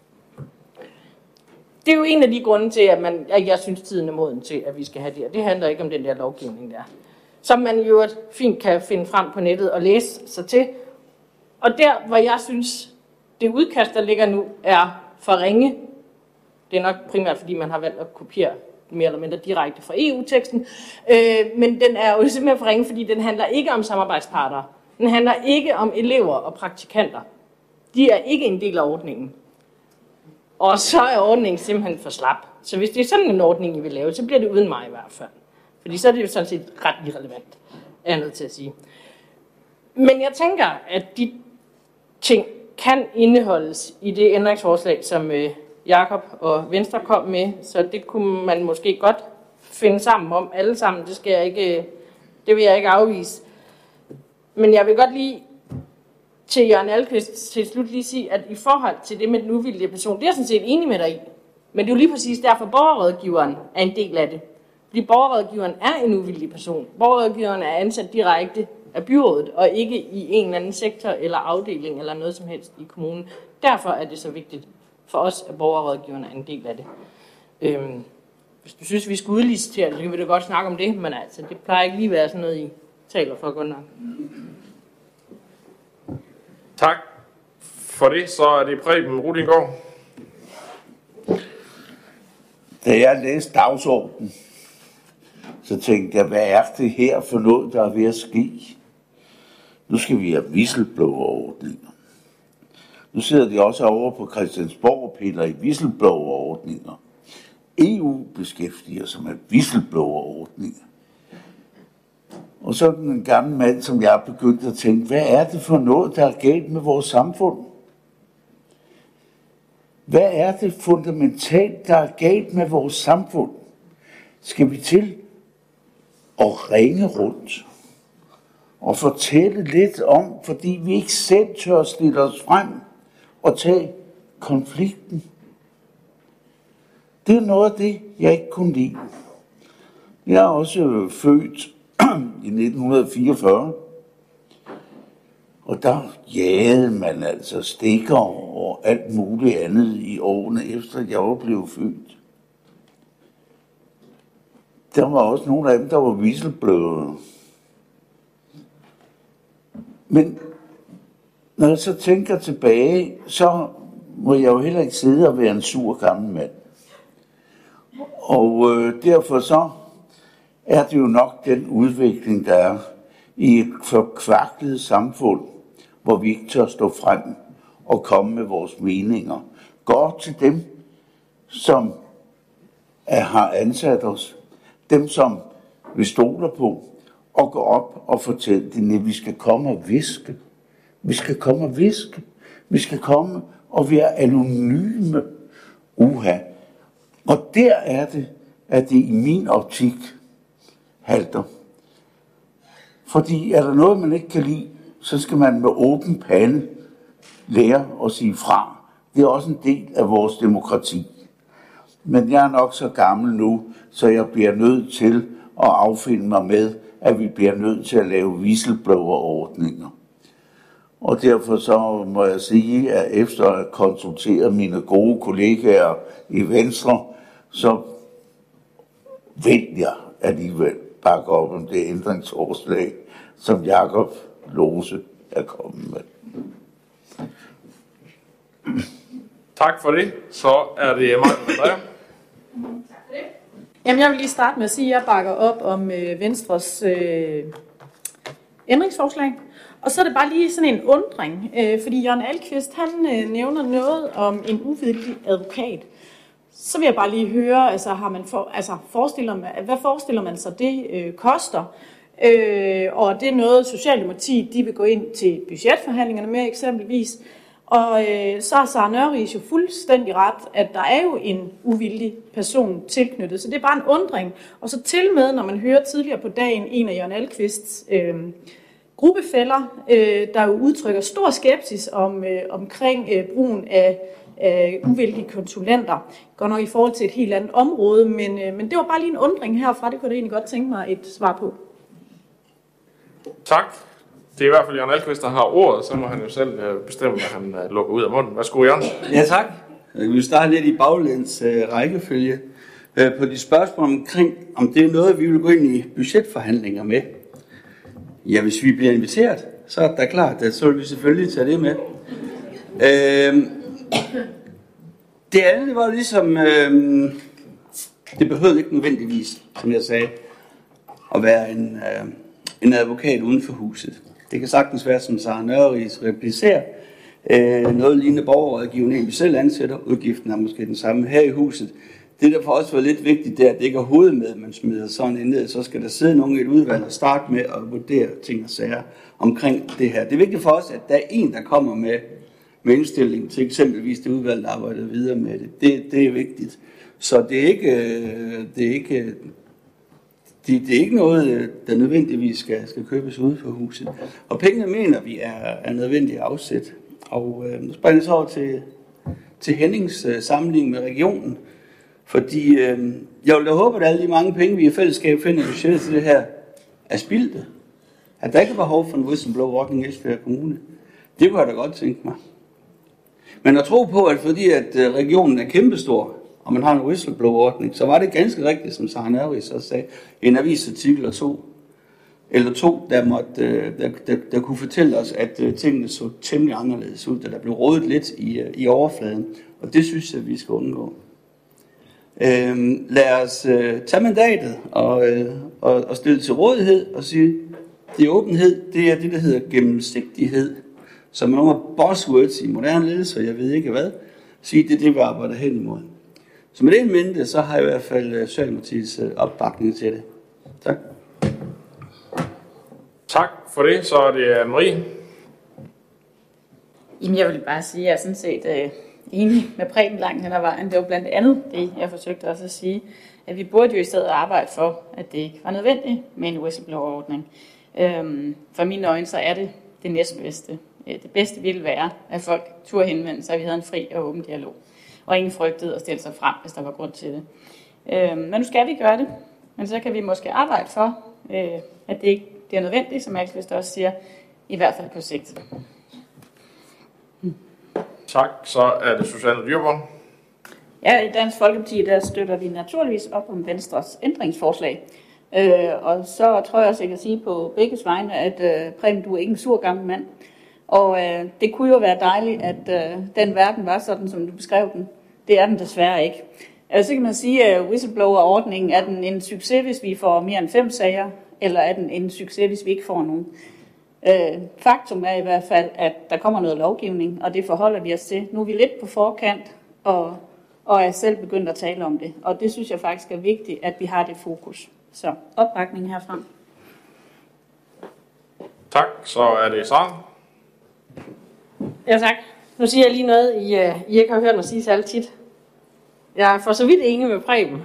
det er jo en af de grunde til, at jeg synes, tiden er moden til, at vi skal have det her. Det handler ikke om den der lovgivning der, som man jo fint kan finde frem på nettet og læse sig til. Og der, hvor jeg synes, det udkast, der ligger nu, er for ringe. Det er nok primært, fordi man har valgt at kopiere mere eller mindre direkte fra EU-teksten. Men den er jo simpelthen for ringe, fordi den handler ikke om samarbejdspartnere. Den handler ikke om elever og praktikanter. De er ikke en del af ordningen. Og så er ordningen simpelthen for slap. Så hvis det er sådan en ordning, I vil lave, så bliver det uden mig i hvert fald. Fordi så er det jo sådan set ret irrelevant, er jeg nødt til at sige. Men jeg tænker, at de ting kan indeholdes i det ændringsforslag, som Jakob og Venstre kom med, så det kunne man måske godt finde sammen om alle sammen. Det vil jeg ikke afvise. Men jeg vil godt lige til Jørgen Alkvist til slut lige sige, at i forhold til det med den uvildige person, det er jeg sådan set enig med dig i. Men det er jo lige præcis derfor, borgerrådgiveren er en del af det. Fordi borgerrådgiveren er en uvildig person. Borgerrådgiveren er ansat direkte af byrådet, og ikke i en eller anden sektor eller afdeling eller noget som helst i kommunen. Derfor er det så vigtigt for os, at borgerrådgiverne er en del af det. Hvis du synes, vi skal udlicitere det, så vil du godt snakke om det, men altså, det plejer ikke lige at være sådan noget, I taler for godt nok. Tak for det. Så er det Preben Rudinggaard. Da jeg læste dagsordenen, så tænkte jeg, hvad er det her for noget, der er ved at ske? Nu skal vi have whistleblower-ordninger. Nu sidder de også over på Christiansborg og piller i whistleblower-ordninger. EU beskæftiger sig med whistleblower-ordninger. Og så en gammel mand, som jeg er begyndt at tænke, hvad er det for noget, der er galt med vores samfund? Hvad er det fundamentalt, der er galt med vores samfund? Skal vi til at ringe rundt og fortælle lidt om, fordi vi ikke selv tør stille os frem og tage konflikten? Det er noget af det, jeg ikke kunne lide. Jeg er også født i 1944, og der jagede man altså stikker og alt muligt andet i årene efter, jeg var blevet født. Der var også nogle af dem, der var whistleblower. Men når jeg så tænker tilbage, så må jeg jo heller ikke sidde og være en sur gammel mand. Og derfor så er det jo nok den udvikling, der er i et forkvaklet samfund, hvor vi ikke tør stå frem og komme med vores meninger. Gå op til dem, som har ansat os, dem som vi stoler på, og gå op og fortælle dem, at vi skal komme og viske. Vi skal komme og viske. Vi skal komme og være anonyme. Uha. Og der er det, at det i min optik halter. Fordi er der noget, man ikke kan lide, så skal man med åben pande lære at sige fra. Det er også en del af vores demokrati. Men jeg er nok så gammel nu, så jeg bliver nødt til at affinde mig med, at vi bliver nødt til at lave whistleblower-ordninger. Og derfor så må jeg sige, at efter at konsultere mine gode kollegaer i Venstre, så vil jeg alligevel bakke op om det ændringsforslag, som Jakob Lose er kommet med. Tak for det. Så er det Maja. Jamen, jeg vil lige starte med at sige, at jeg bakker op om Venstres ændringsforslag. Og så er det bare lige sådan en undring, fordi Jørgen Ahlqvist, han nævner noget om en uvildig advokat. Så vil jeg bare lige høre, altså, hvad forestiller man sig, det koster? Og det er noget, Socialdemokratiet de vil gå ind til budgetforhandlingerne med eksempelvis. Og så har Sarah Nørris jo fuldstændig ret, at der er jo en uvildig person tilknyttet. Så det er bare en undring. Og så til med, når man hører tidligere på dagen, en af Jørgen Ahlqvists gruppefæller, der jo udtrykker stor skepsis omkring brugen af uvildige konsulenter. Godt nok i forhold til et helt andet område, men det var bare lige en undring herfra. Det kunne jeg egentlig godt tænke mig et svar på. Tak. Det er i hvert fald Jørgen Ahlqvist, der har ordet, så må han jo selv bestemme, hvad han lukker ud af munden. Værsgo, Jørgen. Ja, tak. Vi vil starte lidt i baglæns rækkefølge på de spørgsmål omkring, om det er noget, vi vil gå ind i budgetforhandlinger med. Ja, hvis vi bliver inviteret, så er det klart, at så vil vi selvfølgelig tage det med. Det andet var ligesom, det behøvede ikke nødvendigvis, som jeg sagde, at være en advokat uden for huset. Det kan sagtens være, som Sarah Nørris replicerer, noget lignende borgerrådgivning, vi selv ansætter. Udgiften er måske den samme her i huset. Det, der for os var lidt vigtigt, det er, at det ikke er hovedet med, man smider sådan ind ned. Så skal der sidde nogen i et udvalg og starte med at vurdere ting og sager omkring det her. Det er vigtigt for os, at der er en, der kommer med indstilling til eksempelvis det udvalg, der arbejder videre med det. Det er vigtigt. Så det er ikke noget, der nødvendigvis skal købes ude for huset. Og pengene mener vi er nødvendigt at afsætte. Og nu springer jeg så over til Hennings sammenligning med regionen. Fordi jeg vil da håbe, at alle de mange penge, vi i fællesskab finder i budgettet til det her, er spildte. At der ikke er behov for en whistleblower-ordning i Esbjerg Kommune. Det kunne jeg da godt tænke mig. Men at tro på, at fordi at regionen er kæmpestor, og man har en whistleblower-ordning, så var det ganske rigtigt, som Sarah Nørris også sagde, en avisartikel eller to, der kunne fortælle os, at tingene så temmelig anderledes ud, da der blev rodet lidt i overfladen. Og det synes jeg, vi skal undgå. Lad os tage mandatet og stille til rådighed og sige, det åbenhed, det er det, der hedder gennemsigtighed, som er nogle af buzzwords i moderne ledelse, og jeg ved ikke hvad, sige, det er det, vi arbejder hen imod. Så med det en mente, så har jeg i hvert fald Socialdemokratiets opbakning til det. Tak. Tak for det. Så er det Marie. Jamen, jeg vil bare sige, at jeg er sådan set enig med Preben langt hen ad vejen. Det var blandt andet det, jeg forsøgte også at sige, at vi burde jo i stedet arbejde for, at det ikke var nødvendigt med en whistleblower-ordning. For mine øjne, så er det det næstbedste. Det bedste ville være, at folk turde henvende sig, at vi havde en fri og åben dialog. Og ingen frygtede at stille sig frem, hvis der var grund til det. Men nu skal vi gøre det. Men så kan vi måske arbejde for, at det ikke er nødvendigt, som Alex vist også siger, i hvert fald på sigt. Tak. Så er det Susanne Dyrborg. Ja, i Dansk Folkeparti, der støtter vi naturligvis op om Venstres ændringsforslag. Og så tror jeg også, jeg kan sige på begges vegne, at Preben, du er ikke en sur gammel mand. Og det kunne jo være dejligt, at den verden var sådan, som du beskrev den. Det er den desværre ikke. Så kan man sige, at whistleblower-ordningen, er den en succes, hvis vi får mere end 5 sager, eller er den en succes, hvis vi ikke får nogen? Faktum er i hvert fald, at der kommer noget lovgivning, og det forholder vi os til. Nu er vi lidt på forkant, og er selv begyndt at tale om det. Og det synes jeg faktisk er vigtigt, at vi har det fokus. Så opbakning herfra. Tak. Så er det Sara. Ja, tak. Nu siger jeg lige noget, I ikke har hørt mig sige så alt tit. Jeg er for så vidt enig med Preben.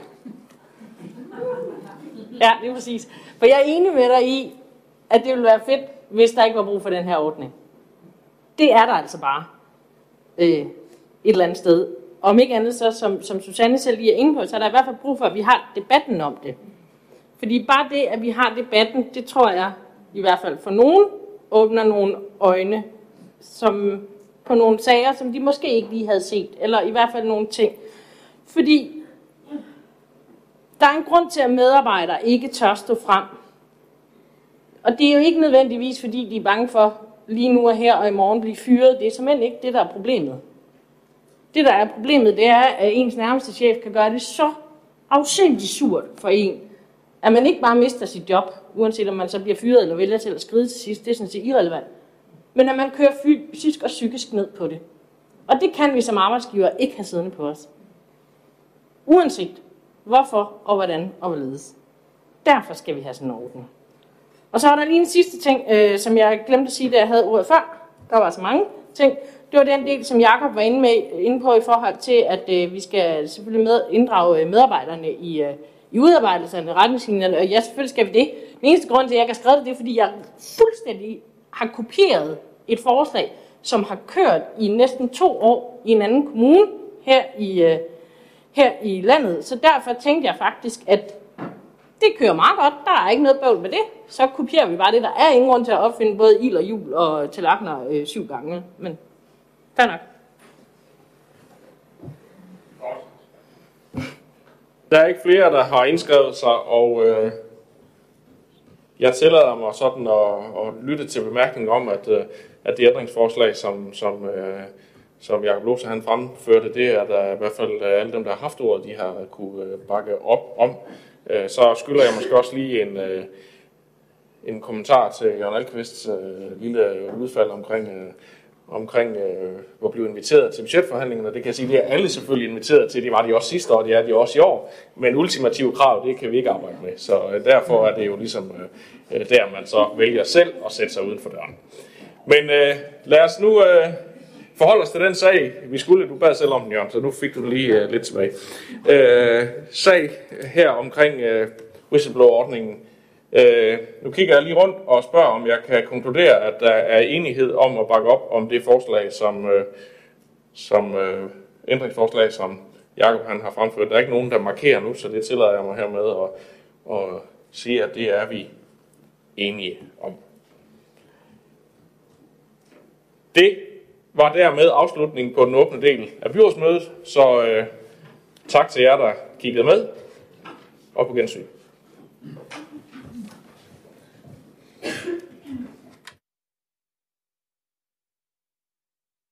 Ja, det er præcis. For jeg er enig med dig i, at det ville være fedt, hvis der ikke var brug for den her ordning. Det er der altså bare et eller andet sted. Om ikke andet, så som Susanne selv lige er inde på, så er der i hvert fald brug for, at vi har debatten om det. Fordi bare det, at vi har debatten, det tror jeg i hvert fald for nogen åbner nogle øjne som på nogle sager, som de måske ikke lige havde set, eller i hvert fald nogle ting. Fordi der er en grund til, at medarbejdere ikke tør stå frem. Og det er jo ikke nødvendigvis, fordi de er bange for lige nu og her og i morgen blive fyret. Det er simpelthen ikke det, der er problemet. Det, der er problemet, det er, at ens nærmeste chef kan gøre det så afsindigt surt for en, at man ikke bare mister sit job, uanset om man så bliver fyret eller vælger til at skride til sidst. Det er sådan set irrelevant. Men at man kører fysisk og psykisk ned på det. Og det kan vi som arbejdsgiver ikke have siddende på os. Uanset hvorfor og hvordan og hvorledes. Derfor skal vi have sådan en ordning. Og så er der lige en sidste ting, som jeg glemte at sige, da jeg havde ordet før. Der var så mange ting. Det var den del, som Jakob var inde på i forhold til, at vi skal selvfølgelig inddrage medarbejderne i udarbejdelsen af retningslinjerne. Og ja, selvfølgelig skal vi det. Den eneste grund til, at jeg ikke har skrevet det er, fordi jeg fuldstændig har kopieret et forslag, som har kørt i næsten 2 år i en anden kommune her i landet. Så derfor tænkte jeg faktisk, at det kører meget godt. Der er ikke noget bøvl med det. Så kopierer vi bare det. Der er ingen grund til at opfinde både ild og jul og tallerkener 7 gange. Men fair nok. Der er ikke flere, der har indskrevet sig, og jeg tillader mig sådan at lytte til bemærkningen om, at det ændringsforslag, som Jakob Lose han fremførte, det er der i hvert fald alle dem, der har haft ordet, de har kunne bakke op om. Så skylder jeg måske også lige en kommentar til Jørgen Alkvists lille udfald omkring hvor blev inviteret til budgetforhandlingerne. Det kan jeg sige, det er alle selvfølgelig inviteret til. Det var de også sidste år, det er de også i år. Men ultimative krav, det kan vi ikke arbejde med. Så derfor er det jo ligesom der, man så vælger selv at sætte sig uden for døren. Men lad os nu forholde os til den sag. Du bad selv om den, Jørgen, så nu fik du lige lidt tilbage. Sag her omkring whistleblower-ordningen. Nu kigger jeg lige rundt og spørger, om jeg kan konkludere, at der er enighed om at bakke op om det forslag, som ændringsforslag, som Jakob han har fremført. Der er ikke nogen, der markerer nu, så det tillader jeg mig hermed at sige, at det er vi enige om. Det var dermed afslutningen på den åbne del af byrådsmødet, så tak til jer, der kiggede med, og på gensyn.